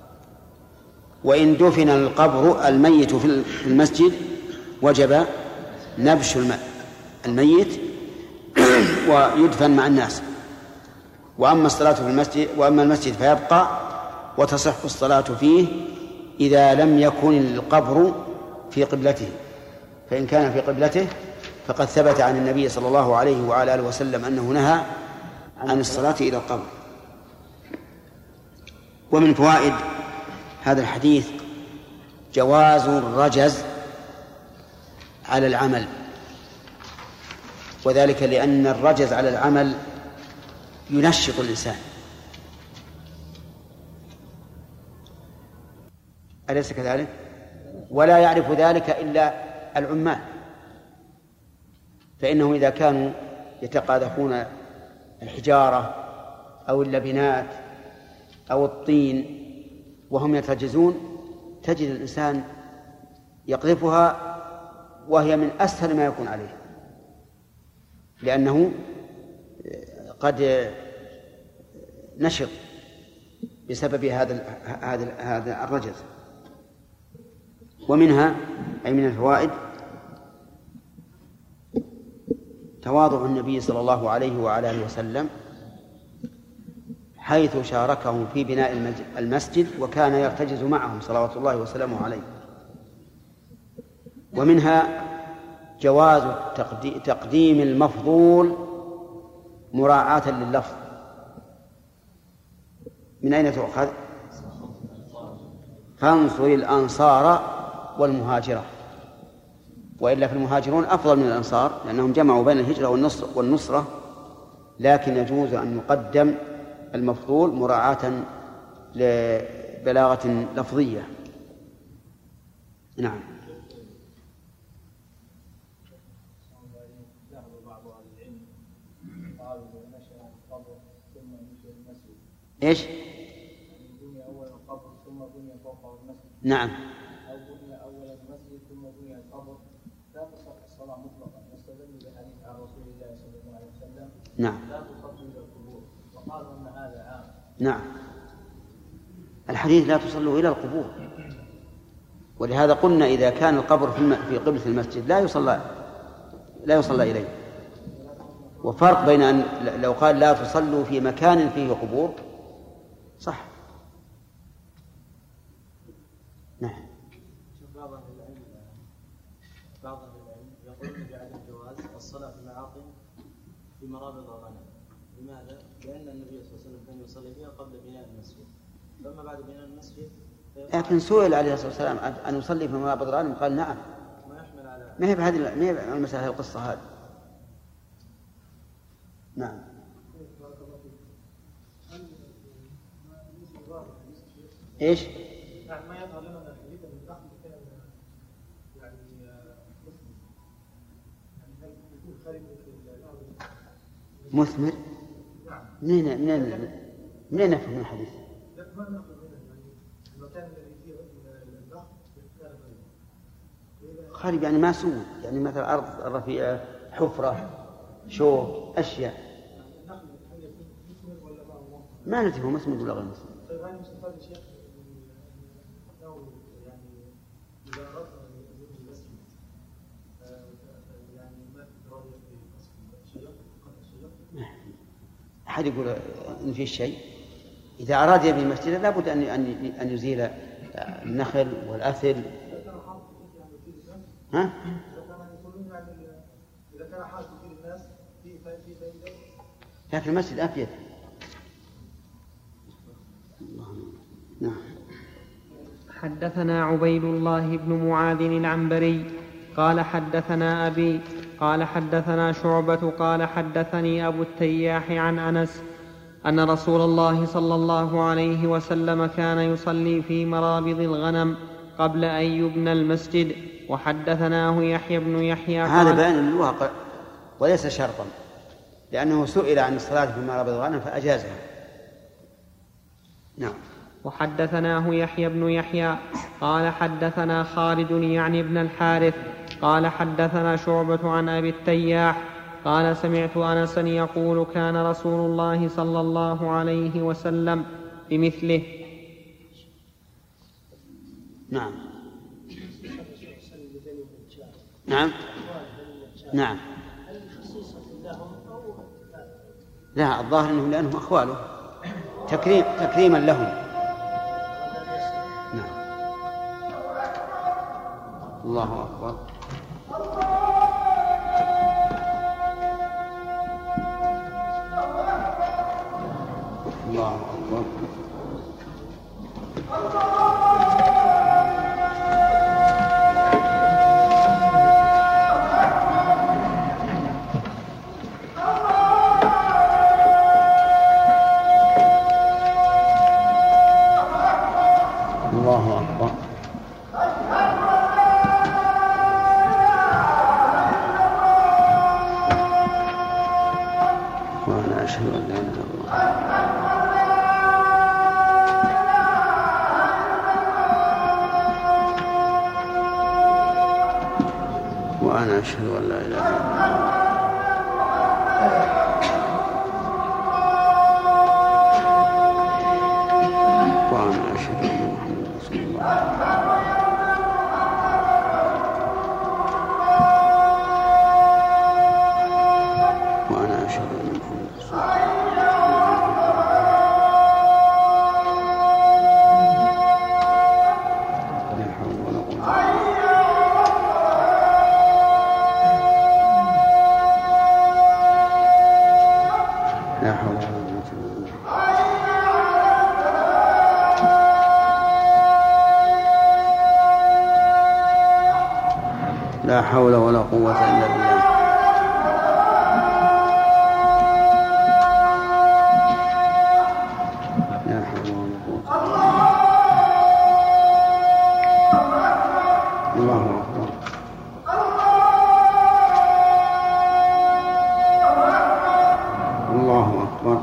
S1: وإن دفن القبر الميت في المسجد وجب نبش الميت ويدفن مع الناس. وأما الصلاة في المسجد وأما المسجد فيبقى وتصح الصلاة فيه إذا لم يكن القبر في قبلته، فإن كان في قبلته فقد ثبت عن النبي صلى الله عليه وعلى آله وسلم أنه نهى عن الصلاة إلى القبر. ومن فوائد هذا الحديث جواز الرجز على العمل، وذلك لأن الرجز على العمل ينشط الإنسان، أليس كذلك؟ ولا يعرف ذلك إلا العمال، فإنهم إذا كانوا يتقاذفون الحجارة أو اللبنات أو الطين وهم يترجزون تجد الإنسان يقذفها وهي من أسهل ما يكون عليه، لأنه قد نشط بسبب هذا هذا هذا الرجز. ومنها أي من الفوائد تواضع النبي صلى الله عليه وعلى آله وسلم حيث شاركهم في بناء المسجد وكان يرتجز معهم صلوات الله وسلامه عليه. ومنها جواز تقديم المفضول مراعاة لللفظ. من أين تؤخذ؟ فانصر الأنصار والمهاجرة، وإلا فالمهاجرون أفضل من الأنصار لأنهم جمعوا بين الهجرة والنصرة، لكن يجوز أن يقدم المفضول مراعاة لبلاغة لفظية. نعم. إيش؟
S9: بني أول القبر ثم بني فوقه المسجد.
S1: نعم.
S9: أو بني أول المسجد ثم بني القبر، لا تصح الصلاة مطلقا، واستدل بحديث عن رسول الله صلى الله عليه وسلم.
S1: نعم.
S9: لا تصلوا إلى القبور، وقالوا أن هذا عام.
S1: نعم. الحديث لا تصلوا إلى القبور، ولهذا قلنا إذا كان القبر في قبلة المسجد لا يصلى لا يصلى إليه. وفرق بين أن لو قال لا تصلوا في مكان فيه قبور صح. نعم.
S8: بعض أهل العلم بعض أهل العلم يقولون بعدم جواز الصلاة في المعاقل في مرابض الغنم. لماذا؟ لأن النبي صلى الله عليه وسلم كان يصلي فيها قبل بناء المسجد، فأما بعد بناء المسجد
S1: لكن سئل عليه الصلاة والسلام أن يصلي في مرابض الغنم قال نعم.
S8: ما يحمل على
S1: ما هي بهذه ما هي المسألة القصة هذه. نعم. ايش؟
S9: يعني ما يظهر لنا من الحديث ان الدخل كان يعني يعني يكون خارج
S1: مثمر.
S9: نعم.
S1: منين منين منين نفهم من الحديث؟
S9: لا ما ناخذ منه يعني المكان الذي فيه الدخل كان
S1: خارج يعني ما سوى، يعني مثلا أرض رفيعة حفرة شوك أشياء ما ندري هو مسمى ولا غير مسمى.
S9: طيب هل مستفاد الشيخ انه يعني اذا اردنا ان يزور المسجد يعني ما تتراجع في قصف الشجر قطع الشجر؟
S1: أحد يقول إن في شيء إذا أراد يبني المسجد لابد أن أن أن يزيل النخل والأثل. ها؟
S9: إذا كان حاج في الناس في في فائدة.
S1: لكن المسجد أفيد. نعم.
S2: حدثنا عبيد الله بن معاذ العنبري قال حدثنا أبي قال حدثنا شعبة قال حدثني أبو التياح عن أنس أن رسول الله صلى الله عليه وسلم كان يصلي في مرابض الغنم قبل أن يبنى المسجد. وحدثناه يحيى بن يحيى
S1: هذا بيان الواقع وليس شرطا، لأنه سئل عن الصلاة في مرابض الغنم فأجازها. نعم.
S2: وحدثناه يحيى بن يحيى قال حدثنا خالد يعني ابن الحارث قال حدثنا شعبة عن أبي التياح قال سمعت أنسا يقول كان رسول الله صلى الله عليه وسلم بمثله.
S1: نعم. نعم. نعم. لا، الظاهر أنه لأنهم أخواله تكريم تكريما لهم. نعم. الله أكبر. الله أكبر. الله أكبر. وأنا أشهد أن لا إله إلا الله. وأنا أشهد أن لا إله إلا الله. وأنا أشهد أن محمدا رسول الله. وأنا أشهد أن محمدا رسول الله. لا حول ولا قوة. لا حول ولا قوة إلا بالله. لا حول ولا قوة إلا بالله. لا حول ولا قوة. الله أكبر. الله أكبر.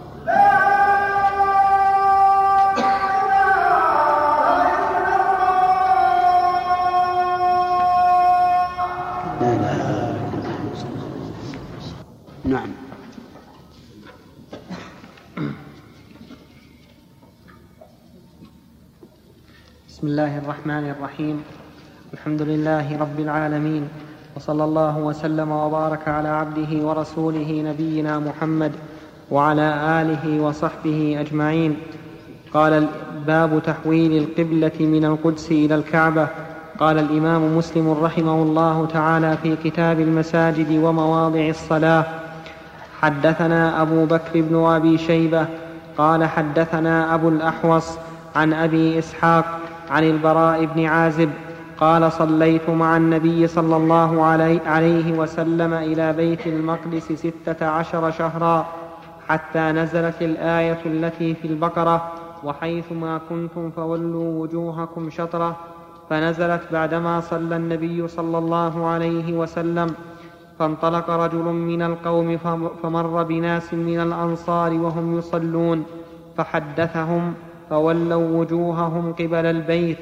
S1: نعم.
S2: بسم الله الرحمن الرحيم. الحمد لله رب العالمين، وصلى الله وسلم وبارك على عبده ورسوله نبينا محمد وعلى آله وصحبه أجمعين. قال باب تحويل القبلة من القدس إلى الكعبة. قال الإمام مسلم رحمه الله تعالى في كتاب المساجد ومواضع الصلاة: حدثنا أبو بكر بن أبي شيبة قال حدثنا أبو الأحوص عن أبي إسحاق عن البراء بن عازب قال: صليت مع النبي صلى الله عليه وسلم إلى بيت المقدس ستة عشر شهرا حتى نزلت الآية التي في البقرة: وحيثما كنتم فولوا وجوهكم شطرة، فنزلت بعدما صلى النبي صلى الله عليه وسلم. فانطلق رجل من القوم فمر بناس من الأنصار وهم يصلون فحدثهم فولوا وجوههم قبل البيت.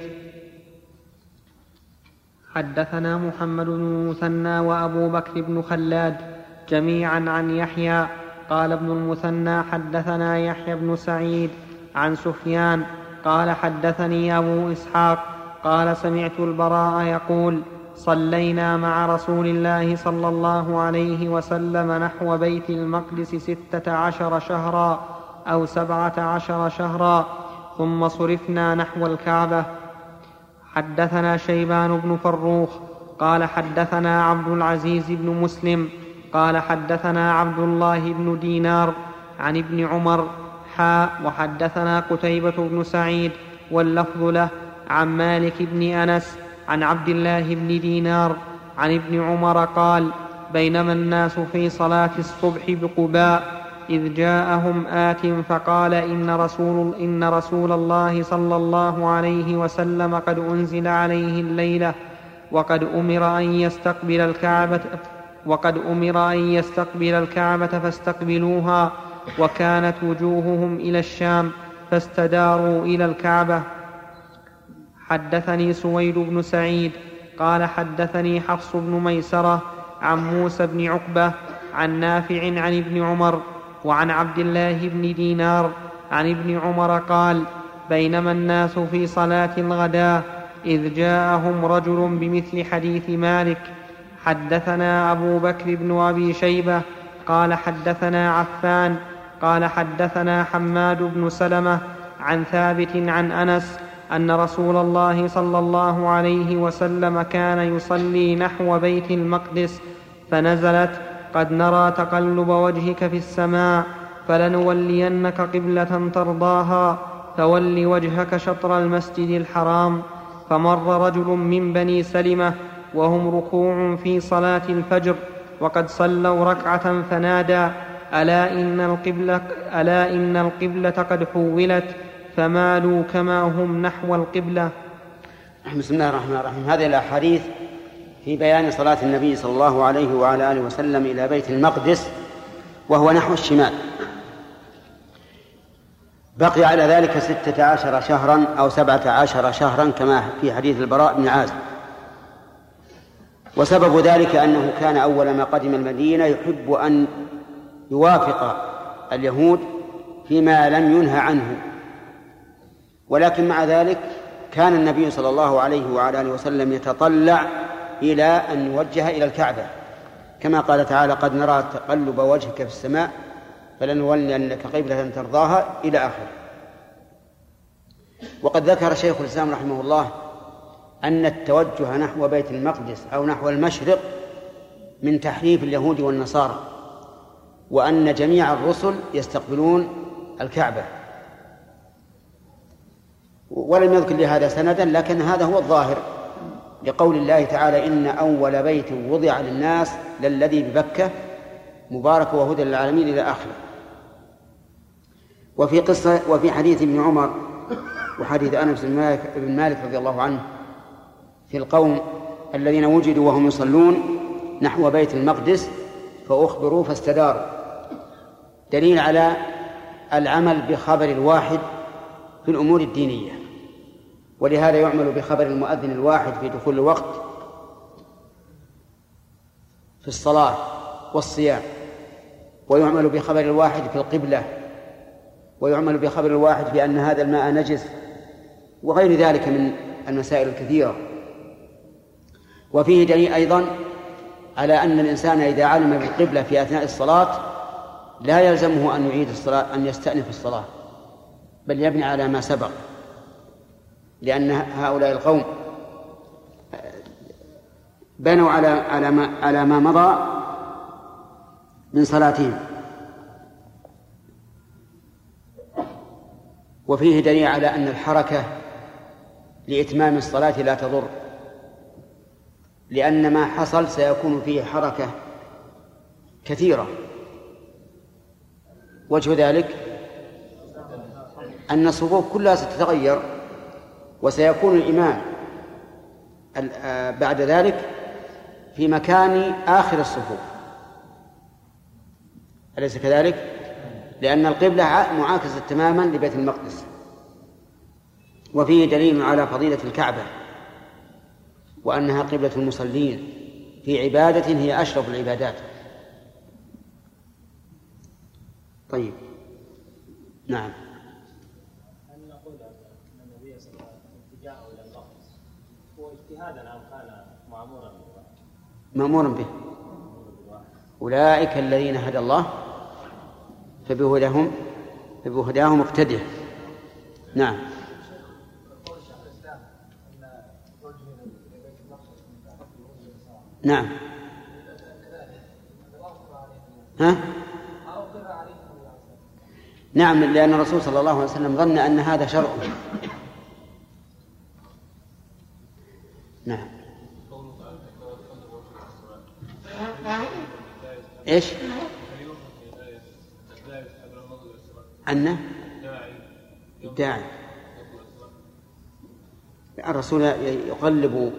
S2: حدثنا محمد بن المثنى وأبو بكر بن خلاد جميعا عن يحيى قال ابن المثنى حدثنا يحيى بن سعيد عن سفيان قال حدثني أبو إسحاق قال: سمعت البراء يقول: صلينا مع رسول الله صلى الله عليه وسلم نحو بيت المقدس ستة عشر شهرا أو سبعة عشر شهرا، ثم صرفنا نحو الكعبة. حدثنا شيبان بن فروخ قال حدثنا عبد العزيز بن مسلم قال حدثنا عبد الله بن دينار عن ابن عمر حاء وحدثنا قتيبة بن سعيد واللفظ له عن مالك بن أنس عن عبد الله بن دينار عن ابن عمر قال: بينما الناس في صلاة الصبح بقباء إذ جاءهم آت فقال: إن رسول, إن رسول الله صلى الله عليه وسلم قد أنزل عليه الليلة وقد أمر أن يستقبل الكعبة وقد أمر أن يستقبل الكعبة فاستقبلوها، وكانت وجوههم إلى الشام فاستداروا إلى الكعبة. حدثني سويد بن سعيد قال حدثني حفص بن ميسرة عن موسى بن عقبة عن نافع عن ابن عمر وعن عبد الله بن دينار عن ابن عمر قال: بينما الناس في صلاة الغداء إذ جاءهم رجل بمثل حديث مالك. حدثنا أبو بكر بن أبي شيبة قال حدثنا عفان قال حدثنا حماد بن سلمة عن ثابت عن أنس أن رسول الله صلى الله عليه وسلم كان يصلي نحو بيت المقدس فنزلت قد نرى تقلب وجهك في السماء فلنولينك قبلة ترضاها فول وجهك شطر المسجد الحرام. فمر رجل من بني سلمة وهم ركوع في صلاة الفجر وقد صلوا ركعة فنادى ألا إن القبلة, ألا إن القبلة قد حولت فمالوا كما هم نحو القبلة.
S1: بسم الله الرحمن الرحيم. هذه الأحاديث في بيان صلاة النبي صلى الله عليه وعلى آله وسلم إلى بيت المقدس وهو نحو الشمال. بقي على ذلك ستة عشر شهرا أو سبعة عشر شهرا كما في حديث البراء بن عازب. وسبب ذلك أنه كان أول ما قدم المدينة يحب أن يوافق اليهود فيما لم ينهى عنه، ولكن مع ذلك كان النبي صلى الله عليه وعلى آله وسلم يتطلع إلى أن يوجه إلى الكعبة كما قال تعالى قد نرى تقلب وجهك في السماء فلنولينك قبلة ترضاها إلى آخره. وقد ذكر شيخ الإسلام رحمه الله أن التوجه نحو بيت المقدس أو نحو المشرق من تحريف اليهود والنصارى، وأن جميع الرسل يستقبلون الكعبة، ولم يذكر لهذا سندا، لكن هذا هو الظاهر لقول الله تعالى إن أول بيت وضع للناس للذي ببكة مبارك وهدى للعالمين إلى آخره. وفي قصة وفي حديث ابن عمر وحديث أنس بن مالك رضي الله عنه في القوم الذين وجدوا وهم يصلون نحو بيت المقدس فأخبروا فاستداروا، دليل على العمل بخبر الواحد في الأمور الدينية. ولهذا يعمل بخبر المؤذن الواحد في دخول الوقت في الصلاة والصيام، ويعمل بخبر الواحد في القبلة، ويعمل بخبر الواحد بأن هذا الماء نجس، وغير ذلك من المسائل الكثيرة. وفيه دليل أيضا على أن الإنسان إذا علم بالقبلة في أثناء الصلاة لا يلزمه أن يعيد الصلاة أن يستأنف الصلاة، بل يبني على ما سبق، لأن هؤلاء القوم بنوا على على ما على ما مضى من صلاتهم. وفيه دليل على أن الحركة لإتمام الصلاة لا تضر، لأن ما حصل سيكون فيه حركة كثيرة. وجه ذلك أن الصفوف كلها ستتغير، وسيكون الإمام بعد ذلك في مكان آخر الصفوف، أليس كذلك؟ لأن القبلة معاكسة تماما لبيت المقدس. وفيه دليل على فضيلة الكعبة وأنها قبلة المصلين في عبادة هي أشرف العبادات. طيب، نعم.
S9: هل نقول أن النبي صلى الله عليه وسلم اتجاهه إلى المقدس هو اجتهادا أم كان مأمورا به؟
S1: مأمورا به. أولئك الذين هدى الله فبهداهم فبهداهم اقتده. نعم. نعم. ها؟ نعم، لأن الرسول صلى الله عليه وسلم ظن أن هذا شرع. نعم. إيش؟ أنه الداعي الرسول يقلب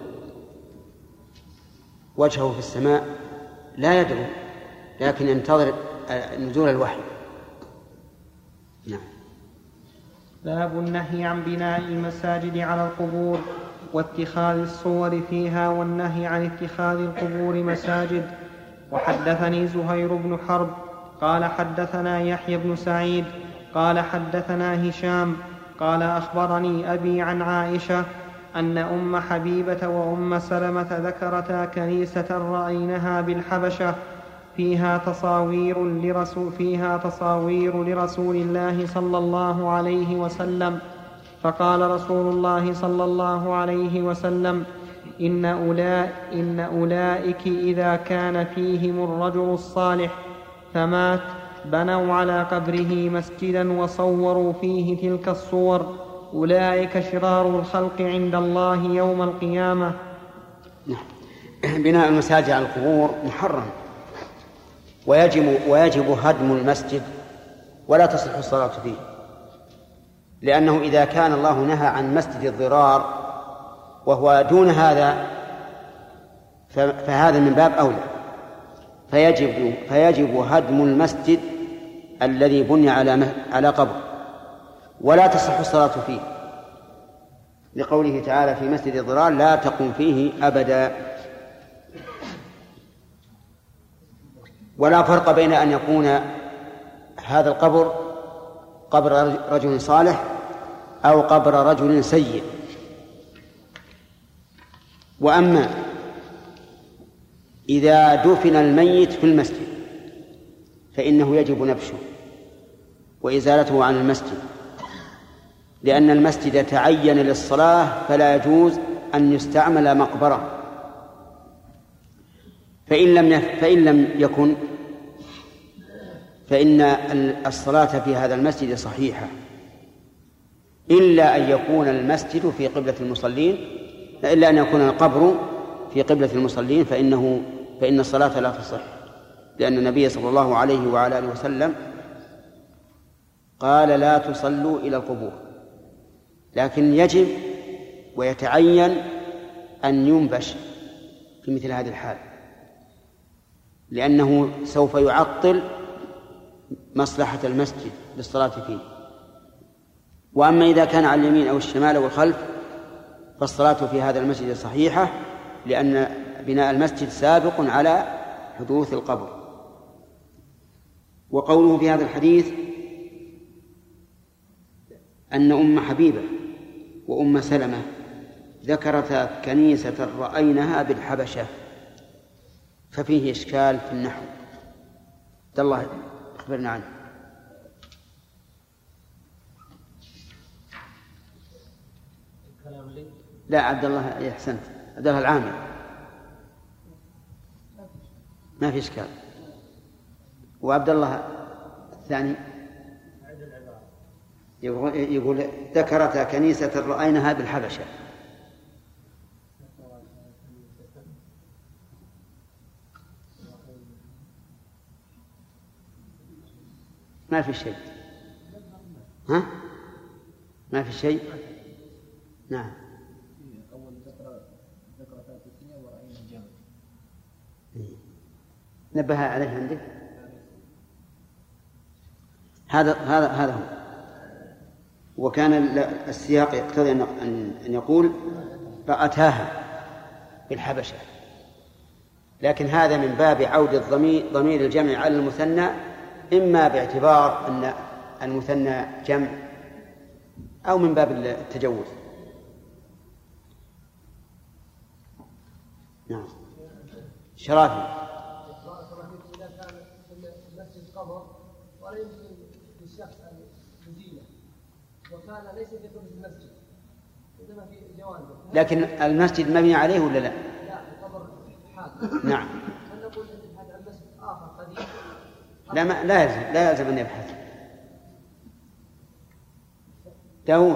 S1: وجهه في السماء لا يدعو، لكن ينتظر نزول الوحي. نعم.
S2: باب النهي عن بناء المساجد على القبور واتخاذ الصور فيها والنهي عن اتخاذ القبور مساجد. وحدثني زهير بن حرب قال حدثنا يحيى بن سعيد قال حدثنا هشام قال أخبرني أبي عن عائشة أن أم حبيبة وأم سلمة ذكرتا كنيسة رأينها بالحبشة فيها تصاوير لرسول, فيها تصاوير لرسول الله صلى الله عليه وسلم. فقال رسول الله صلى الله عليه وسلم: إن, أولئك إن أولئك إذا كان فيهم الرجل الصالح فمات بنوا على قبره مسجدا وصوروا فيه تلك الصور، أولئك شرار الخلق عند الله يوم القيامة.
S1: بناء المساجد على القبور محرم، ويجب, ويجب هدم المسجد ولا تصح الصلاة فيه، لأنه إذا كان الله نهى عن مسجد الضرار وهو دون هذا فهذا من باب أولى، فيجب, فيجب هدم المسجد الذي بني على على قبر، ولا تصح الصلاة فيه، لقوله تعالى في مسجد الضرار: لا تقم فيه أبدا. ولا فرق بين أن يكون هذا القبر قبر رجل صالح أو قبر رجل سيء. وأما إذا دفن الميت في المسجد فإنه يجب نبشه وإزالته عن المسجد، لأن المسجد تعين للصلاة فلا يجوز أن يستعمل مقبرة. فإن لم فإن لم يكن فإن الصلاة في هذا المسجد صحيحة، إلا أن يكون المسجد في قبلة المصلين، إلا أن يكون القبر في قبلة المصلين فإنه فإن الصلاة لا تصح، لأن النبي صلى الله عليه وعلى آله وسلم قال: لا تصلوا إلى القبور. لكن يجب ويتعين أن ينبش في مثل هذه الحال، لأنه سوف يعطل مصلحة المسجد للصلاة فيه. وأما إذا كان على اليمين أو الشمال أو الخلف فالصلاة في هذا المسجد صحيحة، لأن بناء المسجد سابق على حدوث القبر. وقوله في هذا الحديث أن أم حبيبة وأم سلمة ذكرتا كنيسة رأينها بالحبشة، ففيه إشكال في النحو. عبد الله أخبرنا عنه. لا عبد الله، أحسنت، عبد الله العامل، ما في إشكال. وعبد الله الثاني يقول, يقول ذكرت كنيسة رأينها بالحبشة. ما في شيء. ها؟ ما في شيء. نعم.
S9: أول ذكر ذكر ثلاثة ورأينا الجمل.
S1: نبه عليه عندك. هذا هذا هذا هو. وكان السياق يقتضي أن أن يقول رأتاها بالحبشة، لكن هذا من باب عود الضمير ضمير الجمع على المثنى، إما باعتبار أن المثنى جمع أو من باب التجوز. نعم. شرافي.
S9: إذا كان المسجد قبر ولا يمكن للشخص أن يزيله وكان ليس في قبل المسجد إنما في جوانبه،
S1: لكن المسجد مبني عليه ولا لا؟
S9: لا، القبر حال.
S1: نعم.
S9: هل نقول أن هذا المسجد آخر قديم؟
S1: لا ما لا يلزم لا يلزم أن يبحث. داود.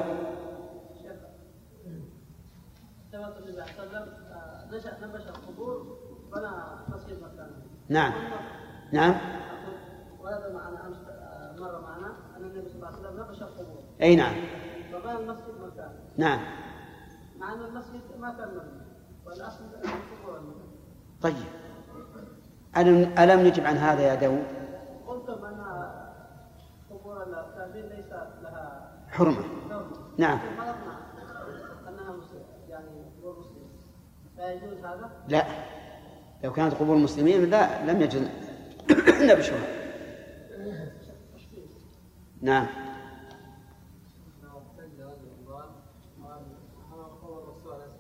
S5: نشأ نبش القبور بنى مسجد مكانه.
S1: نعم نعم.
S5: وهذا معنا أمس مرة معنا أن النبي صلى الله عليه وسلم نبش القبور.
S1: أي نعم.
S5: فبنى المسجد مكانه.
S1: نعم.
S5: مع أن المسجد ما كان مبني والأصل القبور المكان.
S1: طيب. ألم ألم نجب عن هذا يا داود؟
S5: قلتم أن قبور التابعين ليس لها
S1: حرمة. نعم.
S5: أنها مسلم يعني قبور مسلم. لا يجوز هذا؟
S1: لا، لو كانت قبور المسلمين لا لم يجوز نبشها. نعم.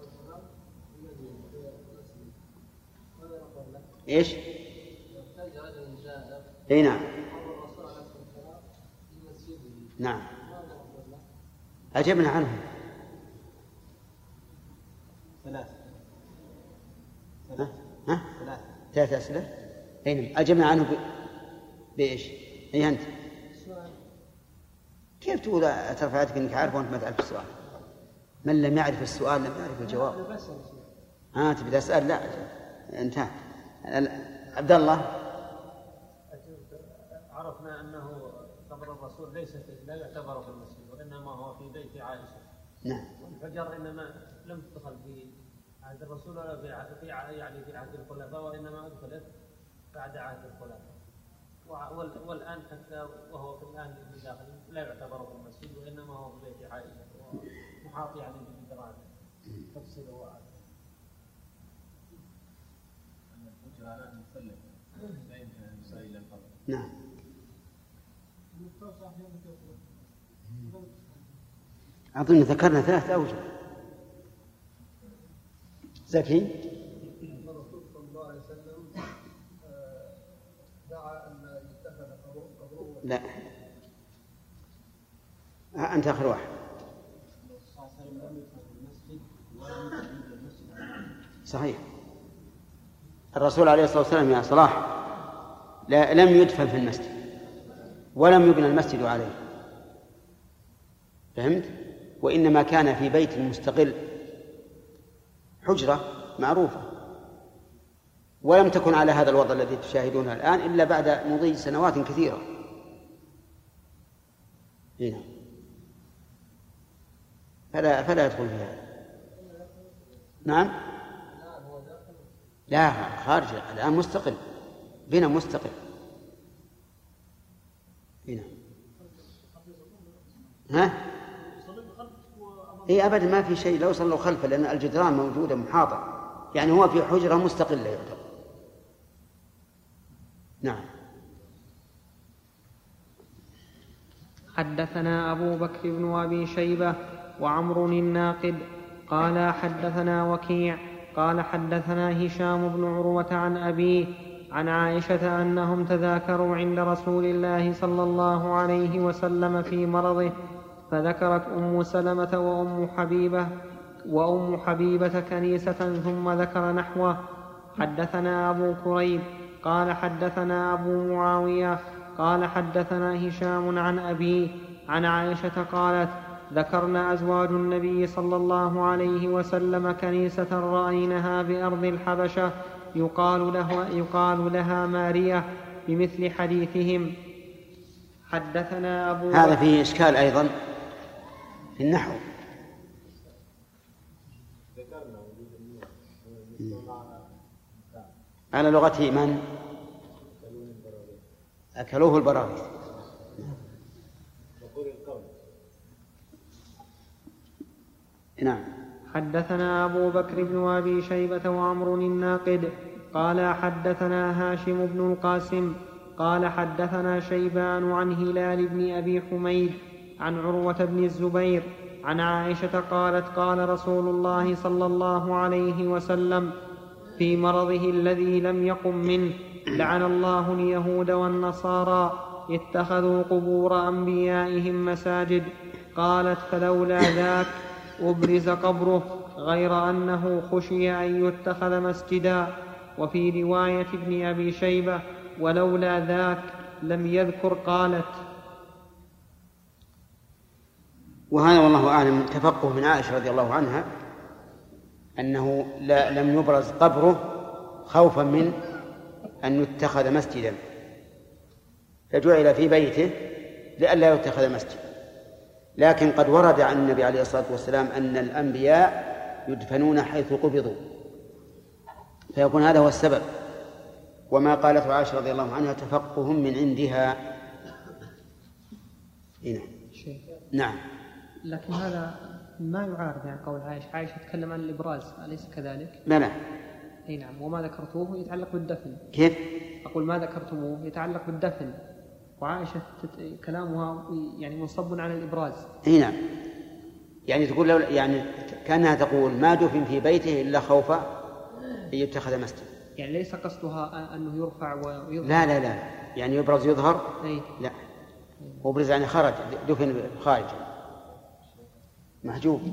S1: ايش؟
S9: يحتاج رجل
S1: اي نعم نعم أجبنا عنه
S8: ثلاث
S1: ها؟ ها؟ ثلاث أسئلة اي نعم أجبنا عنه ب... بإيش؟ اي أنت كيف تقول ترفع يدك انك عارف وانت ما تعرف السؤال؟ من لم يعرف السؤال لم يعرف الجواب. ها تبي تسأل؟ لا انتهى. عبد الله
S3: عرفنا انه قبر الرسول ليس لا يعتبر في المسجد وانما هو في بيت عائشه.
S1: نعم.
S3: والحجر انما لم تدخل في عهد الرسول ولا في عهد في يعني في عهد الخلفاء وانما ادخلت بعد عهد الخلفاء. والآن حتى وهو في الآن بالداخل لا يعتبر في المسجد وإنما هو في بيت عائشة محاط يعني بالجدران تفصيل هو هذا. أن الحجر على المسلم لا يمكن أن يصل إلى القبر.
S1: نعم. أظن ذكرنا ثلاثة أوجه. زكي.
S9: الرسول صلى الله عليه وسلم دعا أن يتخذ قبره.
S1: لا. أنت آخر واحد. صحيح. الرسول عليه الصلاة والسلام يا صلاح لا لم يدفن في المسجد ولم يبنى المسجد عليه. فهمت؟ وإنما كان في بيت مستقل حجرة معروفة ولم تكن على هذا الوضع الذي تشاهدونه الآن إلا بعد مضي سنوات كثيرة. هنا فلا فلا يدخل في هذا. نعم لا خارج الآن مستقل بنا مستقل هنا. ها اي ابدا ما في شيء لو صلوا خلفه لان الجدران موجوده محاطه يعني هو في حجره مستقله يعتبر. نعم.
S2: حدثنا أبو بكر بن أبي شيبة وعمر الناقد قال حدثنا وكيع قال حدثنا هشام بن عروة عن أبيه عن عائشة أنهم تذاكروا عند رسول الله صلى الله عليه وسلم في مرضه فذكرت أم سلمة وأم حبيبة وأم حبيبة كنيسة ثم ذكر نحوه. حدثنا أبو كريب قال حدثنا أبو معاوية قال حدثنا هشام عن أبيه عن عائشة قالت ذكرنا أزواج النبي صلى الله عليه وسلم كنيسة رأينها بأرض الحبشة يقال لها, يقال لها مارية بمثل حديثهم. حدثنا أبو
S1: هذا فيه إشكال أيضا في النحو. على لغته من أكلوه البراغيث. نعم.
S2: حدثنا أبو بكر بن أبي شيبة وعمر الناقد قال حدثنا هاشم بن القاسم قال حدثنا شيبان عن هلال بن أبي حميد عن عروة بن الزبير عن عائشة قالت قال رسول الله صلى الله عليه وسلم في مرضه الذي لم يقم منه لعن الله اليهود والنصارى اتخذوا قبور أنبيائهم مساجد. قالت فلولا ذاك أبرز قبره غير أنه خشي أن يتخذ مسجدا. وفي رواية ابن أبي شيبة ولولا ذاك لم يذكر قالت.
S1: وهذا والله أعلم تفقه من عائشة رضي الله عنها أنه لا لم يبرز قبره خوفا من أن يتخذ مسجدا فجعل في بيته لئلا يتخذ مسجد. لكن قد ورد عن النبي عليه الصلاة والسلام أن الأنبياء يدفنون حيث قبضوا فيكون هذا هو السبب. وما قالته عائشة رضي الله عنها تفقه من عندها. هنا. نعم.
S2: لكن هذا ما يعارض يعني قول عائشة. عائشة تتكلم عن الإبراز أليس كذلك؟
S1: لا لا.
S2: أي نعم. وما ذكرتوه يتعلق بالدفن.
S1: كيف؟
S2: أقول ما ذكرتموه يتعلق بالدفن وعائشة كلامها يعني منصب على الإبراز.
S1: أي نعم. يعني تقول لو يعني كأنها تقول ما دفن في بيته إلا خوفا أن يتخذ مسجد.
S2: يعني ليس قصدها أنه يرفع ويرفع.
S1: لا لا لا يعني يبرز يظهر؟
S2: أي.
S1: لا، هو برز يعني خرج، دفن خارج محجوب.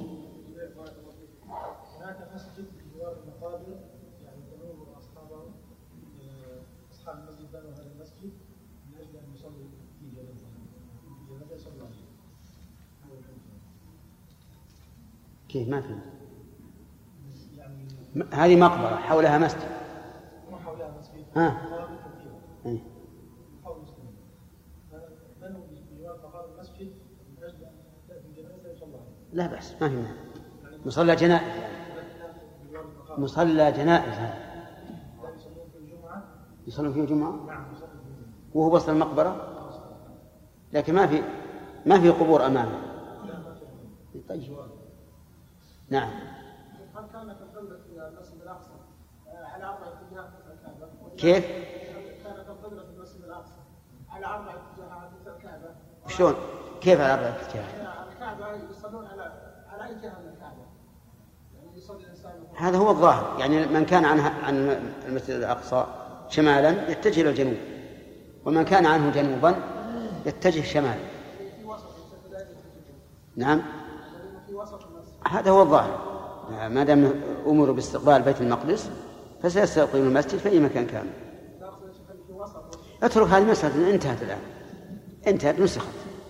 S9: هناك مسجد جوار المقابر، يعني بنوه أصحابه أصحاب المسجد بنوا هذا المسجد من أجل أن يصلي في جنازة صلى الله عليه وسلم.
S1: كيف ما فهمت؟ يعني هذه مقبرة حولها مسجد.
S9: ما حولها مسجد.
S1: ها.
S9: إيه. حول المسلمين. بنوا بجوار مقابر المسجد من أجل أن تأتي جنازة صلى الله عليه وسلم.
S1: لا بأس، ما في مانع. مصلى جنائز يعني. مصلى جنائز هذا.
S9: يصلون في الجمعة.
S1: يصلون فيه الجمعة؟
S9: نعم يصلون في الجمعة.
S1: وهو وسط المقبرة؟ لكن ما في ما في قبور أمامه. طيب. نعم.
S9: هل كانت القبلة في المسجد الأقصى على أربع اتجاهات مثل الكعبة؟
S1: كيف؟
S9: كانت القبلة في المسجد الأقصى على أربع اتجاهات مثل الكعبة.
S1: شلون؟ كيف على أربع اتجاهات؟
S9: الكعبة يصلون على على أي جهة من الكعبة؟ يعني يصلي الإنسان.
S1: هذا هو الظاهر، يعني من كان عنها عن المسجد الأقصى شمالا يتجه إلى الجنوب، ومن كان عنه جنوبا يتجه شمالا. نعم. هذا هو الظاهر، ما دام أمروا باستقبال بيت المقدس فسيستقبل المسجد في أي مكان كان. اترك هذه المسألة، انتهت الآن، انتهت نسخت.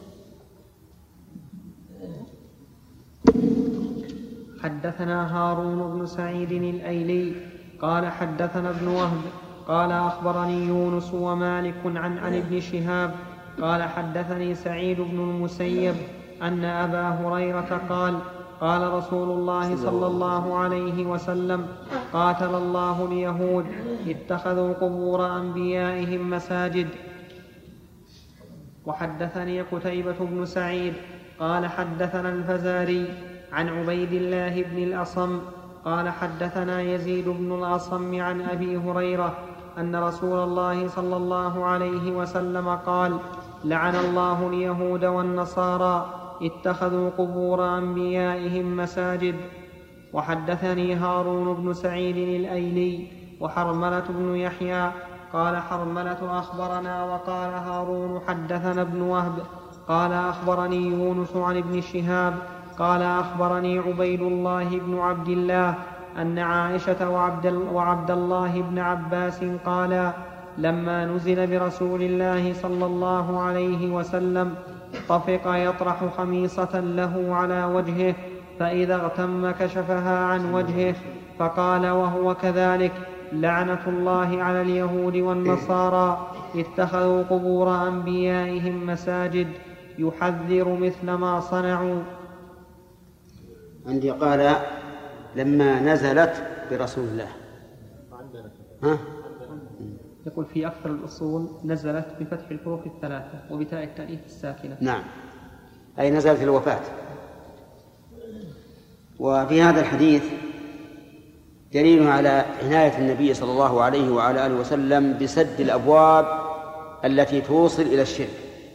S2: حدثنا هارون بن سعيد الأيلي قال حدثنا ابن وهب قال أخبرني يونس ومالك عن عن ابن شهاب قال حدثني سعيد بن المسيب أن أبا هريرة قال قال رسول الله صلى الله عليه وسلم قاتل الله اليهود اتخذوا قبور أنبيائهم مساجد. وحدثني قتيبة بن سعيد قال حدثنا الفزاري عن عبيد الله بن الأصم قال حدثنا يزيد بن الأصم عن أبي هريرة أن رسول الله صلى الله عليه وسلم قال لعن الله اليهود والنصارى اتخذوا قبور أنبيائهم مساجد. وحدثني هارون بن سعيد الأيلي وحرملة بن يحيى قال حرملة أخبرنا وقال هارون حدثنا ابن وهب قال أخبرني يونس عن ابن شهاب قال أخبرني عبيد الله بن عبد الله أن عائشة وعبد, وعبد الله بن عباس قالا لما نزل برسول الله صلى الله عليه وسلم طفق يطرح خميصة له على وجهه فإذا اغتم كشفها عن وجهه فقال وهو كذلك لعنة الله على اليهود والنصارى اتخذوا قبور أنبيائهم مساجد يحذر مثل ما صنعوا.
S1: عندي قال لما نزلت برسول الله. ها؟
S2: يقول في أكثر الأصول نزلت بفتح الحروف الثلاثة وبتاء التأنيث الساكنة.
S1: نعم، أي نزلت في الوفاة. وفي هذا الحديث دليل على عناية النبي صلى الله عليه وعلى آله وسلم بسد الأبواب التي توصل إلى الشرك،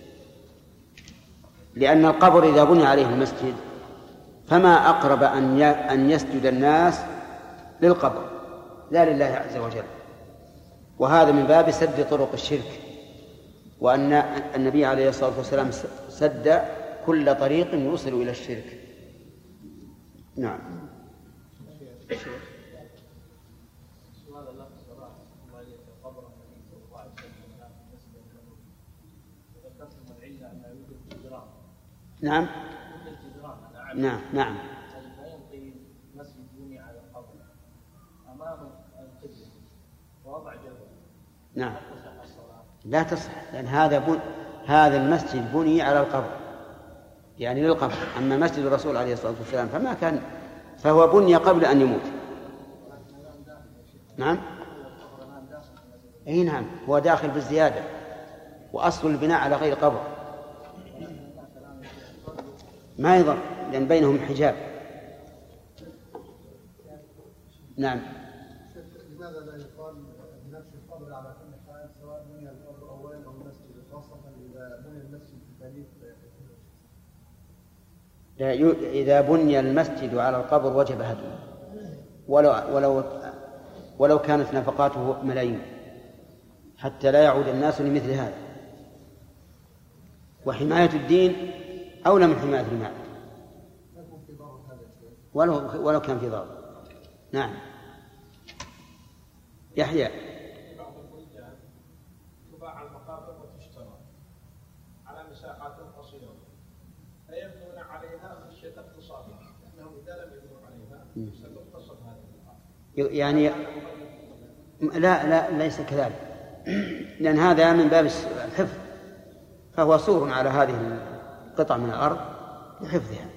S1: لأن القبر إذا بني عليه المسجد فما أقرب أن يسجد الناس للقبر لا لله عز وجل، وهذا من باب سد طرق الشرك، وأن النبي عليه الصلاة والسلام سد كل طريق يوصل إلى الشرك. نعم. نعم نعم نعم
S8: لا ينقي مسجد بني على القبر امام القبله ووضع جبل.
S1: نعم لا تصح، لأن هذا بن... هذا المسجد بني على القبر يعني للقبر، أما مسجد الرسول عليه الصلاة والسلام فما كان، فهو بني قبل أن يموت. نعم أي نعم هو داخل بالزيادة، وأصل البناء على غير قبر ما يضر لأن بينهم حجاب. نعم.
S9: لماذا لا يقال بنفس القبر على كل حال سواء بني القبر أولا أو المسجد، خاصة إذا بني المسجد في تاريخ؟
S1: لا ي... إذا بني المسجد على القبر وجب هدمه ولو ولو ولو كانت نفقاته ملايين. حتى لا يعود الناس لمثل هذا. وحماية الدين أولى من حماية المال ولو, ولو كان في ضرر. نعم. يحيى.
S10: بعض البلدان تباع المقابر وتشترى على مساحات قصيرة فيبنون عليها خشية اقتصادها لأنهم إذا لم يبنوا عليها ستقتصد هذه المقابر.
S1: يعني لا لا ليس كذلك، لأن هذا من باب الحفظ، فهو سور على هذه القطع من الأرض لحفظها.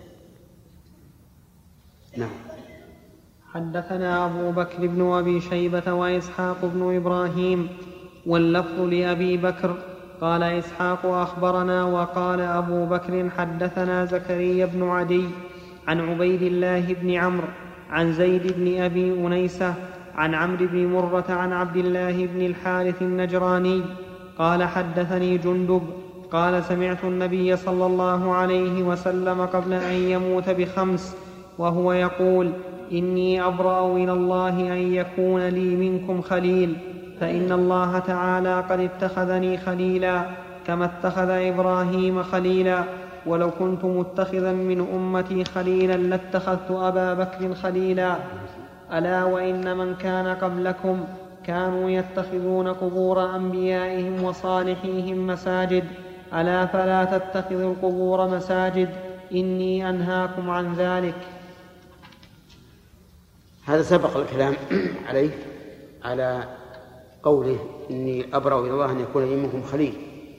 S1: نعم.
S2: حدثنا أبو بكر بن أبي شيبة وإسحاق بن إبراهيم واللفظ لأبي بكر قال إسحاق أخبرنا وقال أبو بكر حدثنا زكريا بن عدي عن عبيد الله بن عمرو عن زيد بن أبي أنيسة عن عمرو بن مرة عن عبد الله بن الحارث النجراني قال حدثني جندب قال سمعت النبي صلى الله عليه وسلم قبل أن يموت بخمس وهو يقول إني أبرأ إلى الله أن يكون لي منكم خليل، فإن الله تعالى قد اتخذني خليلا كما اتخذ إبراهيم خليلا، ولو كنت متخذا من أمتي خليلا لاتخذت أبا بكر خليلا. ألا وإن من كان قبلكم كانوا يتخذون قبور أنبيائهم وصالحيهم مساجد، ألا فلا تتخذوا القبور مساجد، إني أنهاكم عن ذلك.
S1: هذا سبق الكلام عليه على قوله إني أبرأ إلى الله أن يكون لي منكم خليل،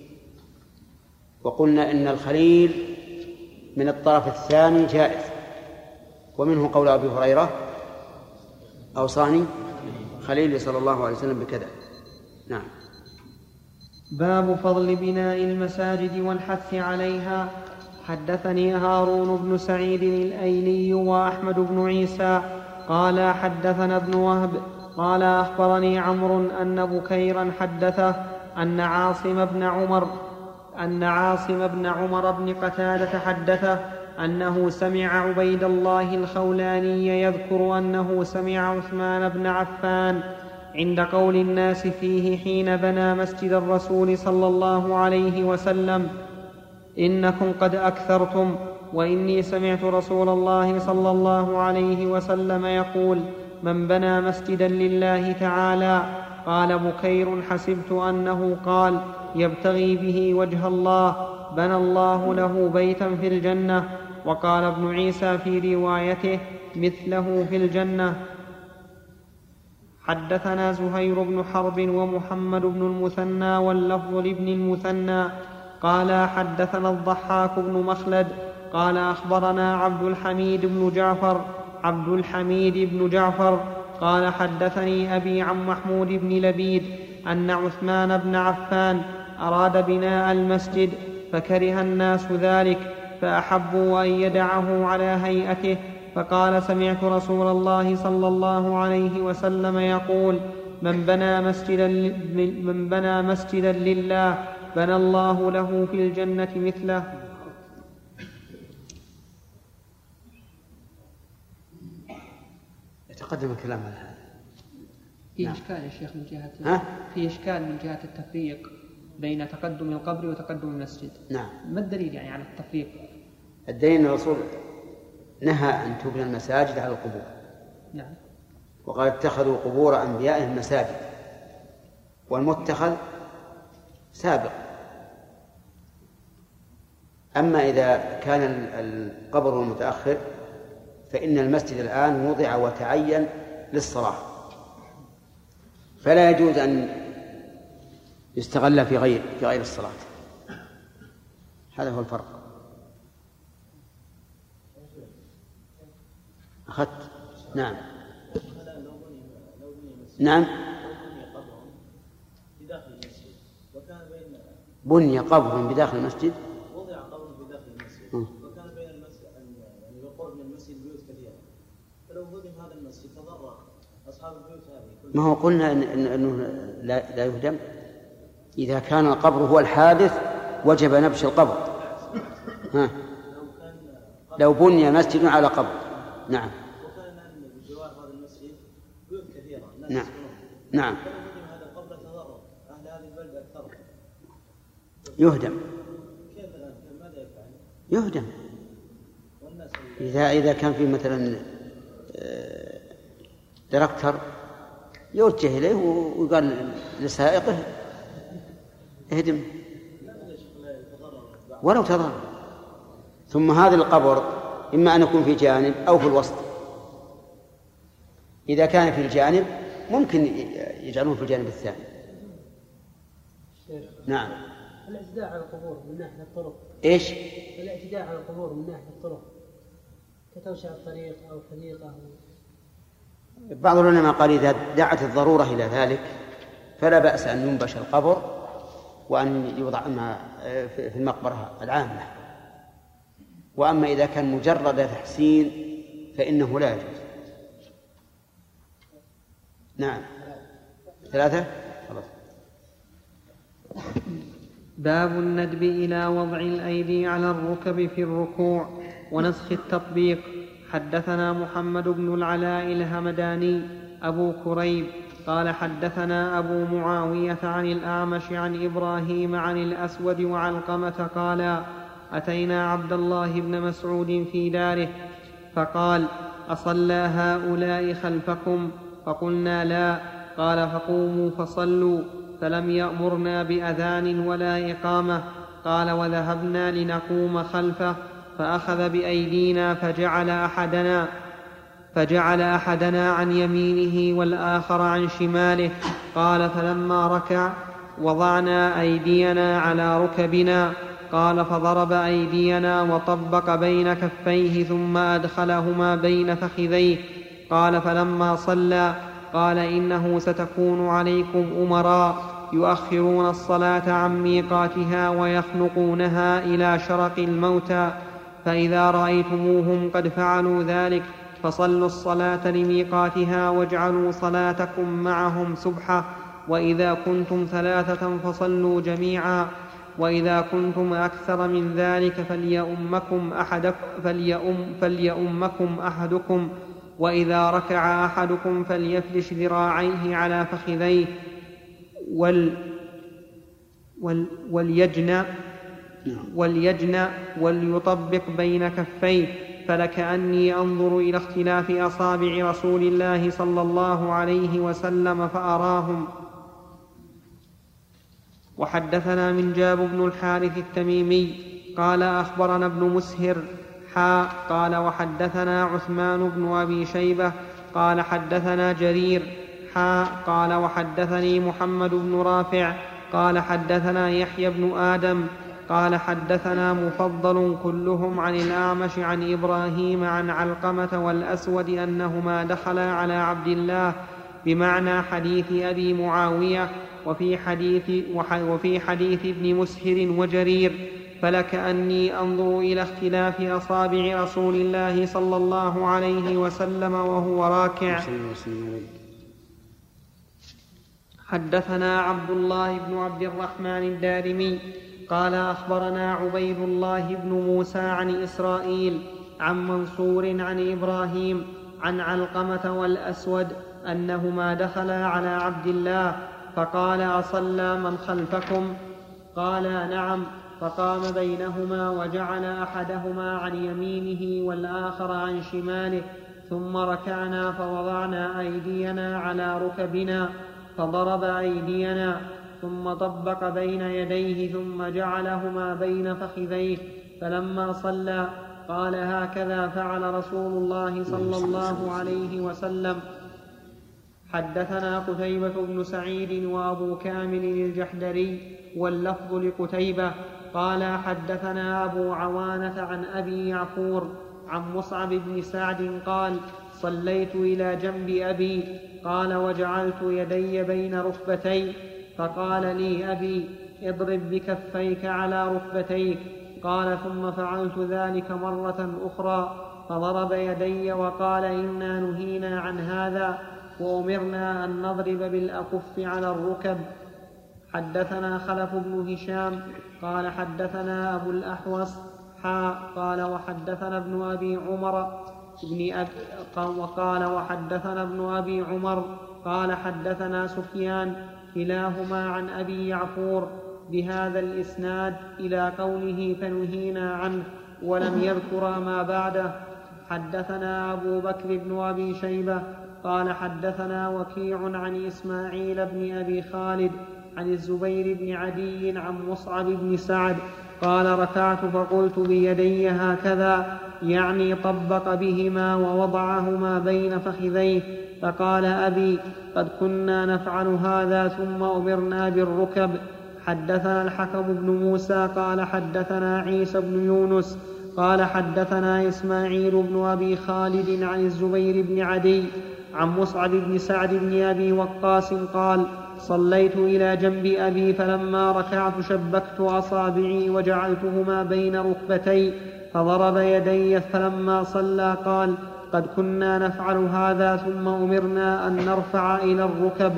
S1: وقلنا إن الخليل من الطرف الثاني جائز، ومنه قول أبي هريرة أوصاني خليلي صلى الله عليه وسلم بكذا. نعم.
S2: باب فضل بناء المساجد والحث عليها. حدثني هارون بن سعيد الأيلي وأحمد بن عيسى قال حدثنا ابن وهب قال أخبرني عمرو أن بكيرا حدثه أن عاصم بن عمر أن عاصم بن عمر بن قتادة حدثه أنه سمع عبيد الله الخولاني يذكر أنه سمع عثمان بن عفان عند قول الناس فيه حين بنى مسجد الرسول صلى الله عليه وسلم إنكم قد أكثرتم، وإني سمعت رسول الله صلى الله عليه وسلم يقول من بنى مسجدا لله تعالى. قال بكير حسبت أنه قال يبتغي به وجه الله بنى الله له بيتا في الجنة. وقال ابن عيسى في روايته مثله في الجنة. حدثنا زهير بن حرب ومحمد بن المثنى واللفظ لابن المثنى قال حدثنا الضحاك بن مخلد قال أخبرنا عبد الحميد بن جعفر عبد الحميد بن جعفر قال حدثني أبي عن محمود بن لبيد أن عثمان بن عفان أراد بناء المسجد فكره الناس ذلك فأحبوا أن يدعه على هيئته، فقال سمعت رسول الله صلى الله عليه وسلم يقول من بنى مسجدا, من بنى مسجدا لله بنى الله له في الجنة مثله.
S1: يتقدم الكلام على هذا.
S11: في
S1: نعم.
S11: إشكال يا شيخ من جهة
S1: ها؟
S11: في إشكال من جهة التفريق بين تقدم القبر وتقدم المسجد.
S1: نعم.
S11: ما الدليل يعني على التفريق؟
S1: الدليل أن الرسول نهى أن تبنى المساجد على القبور.
S11: نعم.
S1: وقال اتخذوا قبور أنبيائهم مساجد، والمتخذ سابق. أما إذا كان القبر المتأخر فإن المسجد الآن وضع وتعين للصلاة، فلا يجوز أن يستغل في غير في غير الصلاة. هذا هو الفرق. أخذت. نعم. نعم. بني قبر بداخل المسجد.
S8: وضع قبر بداخل المسجد وكان بين المسجد يعني بالقرب من المسجد بيوت كثيرة، فلو هدم هذا المسجد تضرر أصحاب البيوت هذه.
S1: ما هو قلنا إن إنه لا لا يهدم. إذا كان القبر هو الحادث وجب نبش القبر. ها. لو بني مسجد على قبر. نعم.
S8: وكان بجوار هذا المسجد بيوت كثيرة.
S1: نعم. نعم.
S8: فلو هدم هذا القبر تضرر أهل هذا
S1: يهدم. يهدم إذا إذا كان في مثلا ديركتر يوجه إليه ويقال لسائقه اهدم ولو تضرر. ثم هذا القبر إما أن يكون في جانب أو في الوسط. إذا كان في الجانب ممكن يجعلون في الجانب الثاني. نعم.
S9: الاعتداء على القبور من ناحية الطرق.
S1: إيش؟
S9: الاعتداء على القبور من ناحية الطرق كتوسع الطريق أو حديقة.
S1: بعض العلماء قال إذا دعت الضرورة إلى ذلك فلا بأس أن ينبش القبر وأن يوضع في المقبرة العامة. وأما إذا كان مجرد تحسين فإنه لا يجوز. نعم. ثلاثة. خلاص.
S2: باب الندب إلى وضع الأيدي على الركب في الركوع ونسخ التطبيق. حدثنا محمد بن العلاء الهمداني أبو كريب قال حدثنا أبو معاوية عن الأعمش عن إبراهيم عن الأسود وعلقمة قال أتينا عبد الله بن مسعود في داره فقال أصلى هؤلاء خلفكم؟ فقلنا لا. قال فقوموا فصلوا. فلم يأمرنا بأذان ولا إقامة. قال وذهبنا لنقوم خلفه فأخذ بأيدينا فجعل أحدنا فجعل أحدنا عن يمينه والآخر عن شماله. قال فلما ركع وضعنا أيدينا على ركبنا. قال فضرب أيدينا وطبق بين كفيه ثم أدخلهما بين فخذيه. قال فلما صلى قال إنه ستكون عليكم أمراء يؤخرون الصلاة عن ميقاتها ويخنقونها إلى شرق الموتى، فإذا رأيتموهم قد فعلوا ذلك فصلوا الصلاة لميقاتها واجعلوا صلاتكم معهم سبحة، وإذا كنتم ثلاثة فصلوا جميعا، وإذا كنتم أكثر من ذلك فليؤمكم أحدكم, فليؤم فليؤمكم أحدكم، وإذا ركع أحدكم فليفلش ذراعيه على فخذيه وال وال وليجنى وليجنى وليطبق بين كفيه، فلكأني أنظر إلى اختلاف أصابع رسول الله صلى الله عليه وسلم فأراهم. وحدثنا من جاب بن الحارث التميمي قال أخبرنا ابن مسهر حا قال وحدثنا عثمان بن أبي شيبة قال حدثنا جرير حا قال وحدثني محمد بن رافع قال حدثنا يحيى بن آدم قال حدثنا مفضل كلهم عن الأعمش عن إبراهيم عن علقمة والأسود أنهما دخلا على عبد الله بمعنى حديث أبي معاوية وفي حديث, وفي حديث ابن مسهر وجرير، فلكأني أنظر إلى اختلاف أصابع رسول الله صلى الله عليه وسلم وهو راكع. حدثنا عبد الله بن عبد الرحمن الدارمي قال أخبرنا عبيد الله بن موسى عن إسرائيل عن منصور عن إبراهيم عن علقمة والأسود أنهما دخلا على عبد الله فقال أصلى من خلفكم؟ قال نعم، فقام بينهما وجعل أحدهما عن يمينه والآخر عن شماله، ثم ركعنا فوضعنا أيدينا على ركبنا فضرب أيدينا ثم طبق بين يديه ثم جعلهما بين فخذيه، فلما صلى قال هكذا فعل رسول الله صلى الله عليه وسلم. حدثنا قتيبة بن سعيد وأبو كامل الجحدري واللفظ لقتيبة قال حدثنا أبو عوانة عن أبي يعفور عن مصعب بن سعد قال صليت إلى جنب أبي قال وجعلت يدي بين ركبتي، فقال لي أبي اضرب بكفيك على ركبتيك، قال ثم فعلت ذلك مرة أخرى فضرب يدي وقال إنا نهينا عن هذا وأمرنا أن نضرب بالأكف على الركب. حدثنا خلف بن هشام قال حدثنا أبو الأحوص حا قال وحدثنا ابن أبي عمر ابن أبي وقال وحدثنا ابن أبي عمر قال حدثنا سفيان كلاهما عن أبي يعفور بهذا الإسناد إلى قوله فنهينا عنه، ولم يذكر ما بعده. حدثنا أبو بكر بن أبي شيبة قال حدثنا وكيع عن إسماعيل بن أبي خالد عن الزبير بن عدي عن مصعب بن سعد قال ركعت فقلت بيدي هكذا، يعني طبق بهما ووضعهما بين فخذيه، فقال أبي قد كنا نفعل هذا ثم أمرنا بالركب. حدثنا الحكم بن موسى قال حدثنا عيسى بن يونس قال حدثنا إسماعيل بن أبي خالد عن الزبير بن عدي عن مصعب بن سعد بن أبي وقاص قال صليت إلى جنب أبي فلما ركعت شبكت أصابعي وجعلتهما بين ركبتي فضرب يدي، فلما صلى قال قد كنا نفعل هذا ثم أمرنا أن نرفع إلى الركب.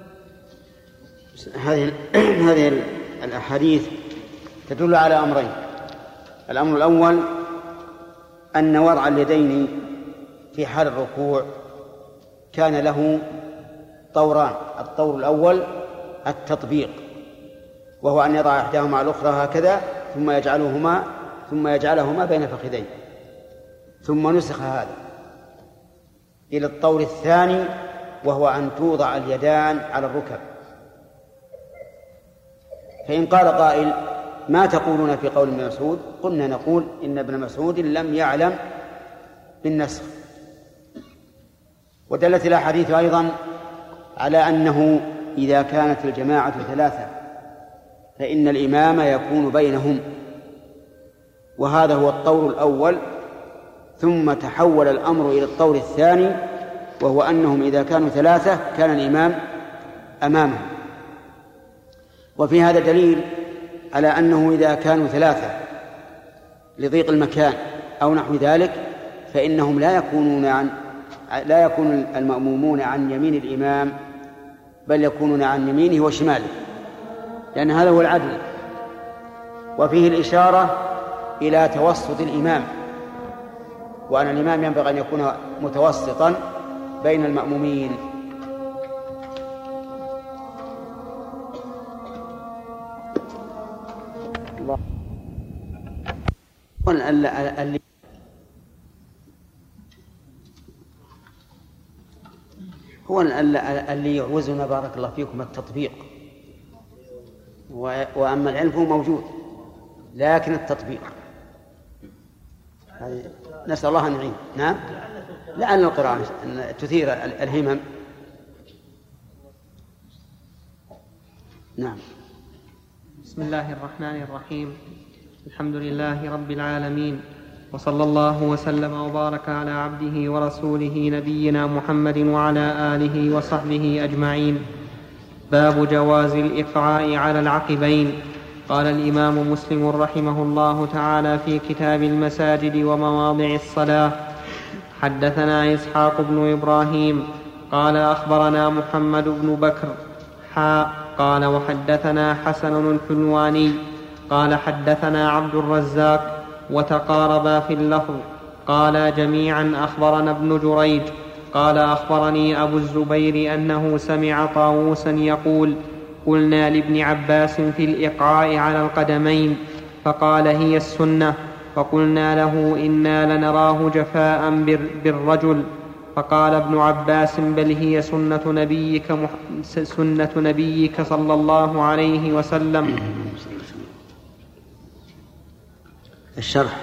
S1: هذه هذه الأحاديث تدل على أمرين. الأمر الأول أن وضع اليدين في حال الركوع كان له طوران. الطور الأول التطبيق، وهو أن يضع إحداهما على الأخرى هكذا ثم يجعلهما ثم يجعلهما بين فخذيه، ثم نسخ هذا إلى الطور الثاني وهو أن توضع اليدان على الركب. فإن قال قائل ما تقولون في قول ابن مسعود؟ قلنا نقول إن ابن مسعود لم يعلم بالنسخ. ودلت الأحاديث أيضا على أنه إذا كانت الجماعة ثلاثة فإن الإمام يكون بينهم، وهذا هو الطور الأول. ثم تحول الأمر إلى الطور الثاني، وهو أنهم إذا كانوا ثلاثة كان الإمام أمامهم. وفي هذا دليل على أنه إذا كانوا ثلاثة لضيق المكان أو نحو ذلك فإنهم لا يكونون عن لا يكون المأمومون عن يمين الإمام، بل يكونون عن يمينه وشماله، لأن هذا هو العدل. وفيه الإشارة إلى توسط الإمام، وأن الإمام ينبغي أن يكون متوسطا بين المأمومين. الله هو اللي يعوزنا بارك الله فيكم التطبيق، وأما العلم هو موجود لكن التطبيق نسأل الله أن يعين. نعم، لعل القراءة تثير الهمم. نعم.
S2: بسم الله الرحمن الرحيم. الحمد لله رب العالمين، وصلى الله وسلم وبارك على عبده ورسوله نبينا محمد وعلى آله وصحبه أجمعين. باب جواز الإقعاء على العقبين. قال الإمام مسلم رحمه الله تعالى في كتاب المساجد ومواضع الصلاة: حدثنا إسحاق بن إبراهيم قال أخبرنا محمد بن بكر حاء قال وحدثنا حسن الحلواني قال حدثنا عبد الرزاق وتقاربا في اللفظ. قال جميعا أخبرنا ابن جريج قال أخبرني أبو الزبير أنه سمع طاووسا يقول: قلنا لابن عباس في الإقعاء على القدمين فقال: هي السنة. فقلنا له: إنا لنراه جفاء بالرجل. فقال ابن عباس: بل هي سنة نبيك, مح... سنة نبيك صلى الله عليه وسلم.
S1: الشرح: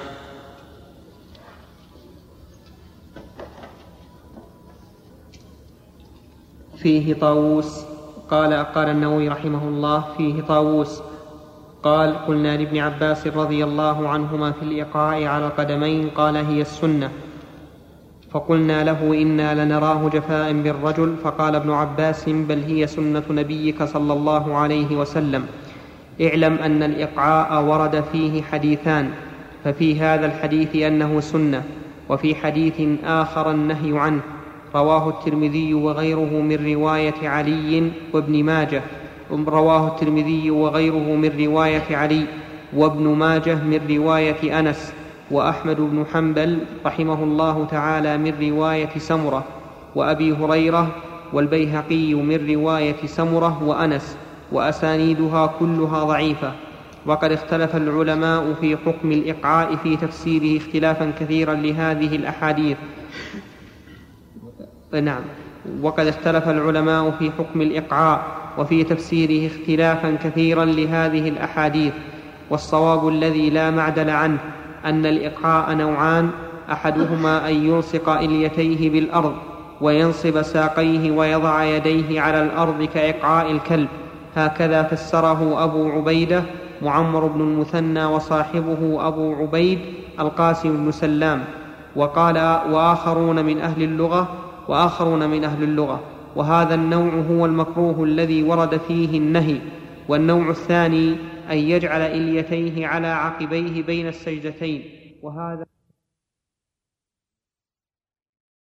S2: فيه طاووس. قال قال النووي رحمه الله: فيه طاووس قال: قلنا لابن عباس رضي الله عنهما في الإقعاء على القدمين قال: هي السنة. فقلنا له: إنا لنراه جفاء بالرجل. فقال ابن عباس: بل هي سنة نبيك صلى الله عليه وسلم. اعلم أن الإقعاء ورد فيه حديثان، ففي هذا الحديث أنه سنة، وفي حديث آخر النهي عنه، رواه الترمذي وغيره من رواية علي وابن ماجه رواه الترمذي وغيره من رواية علي وابن ماجه من رواية أنس، وأحمد بن حنبل رحمه الله تعالى من رواية سمرة، وأبي هريرة، والبيهقي من رواية سمرة وأنس، وأسانيدها كلها ضعيفة. وقد اختلف العلماء في حكم الإقعاء في تفسيره اختلافا كثيرا لهذه الأحاديث. نعم وقد اختلف العلماء في حكم الإقعاء وفي تفسيره اختلافا كثيرا لهذه الأحاديث، والصواب الذي لا معدل عنه أن الإقعاء نوعان: أحدهما أن يلصق إليتيه بالأرض وينصب ساقيه ويضع يديه على الأرض كإقعاء الكلب، هكذا فسره أبو عبيدة معمر بن المثنى وصاحبه أبو عبيد القاسم بن سلام، وقال وآخرون من أهل اللغة وآخرون من أهل اللغة وهذا النوع هو المكروه الذي ورد فيه النهي. والنوع الثاني أن يجعل إليتيه على عقبيه بين السجدتين، وهذا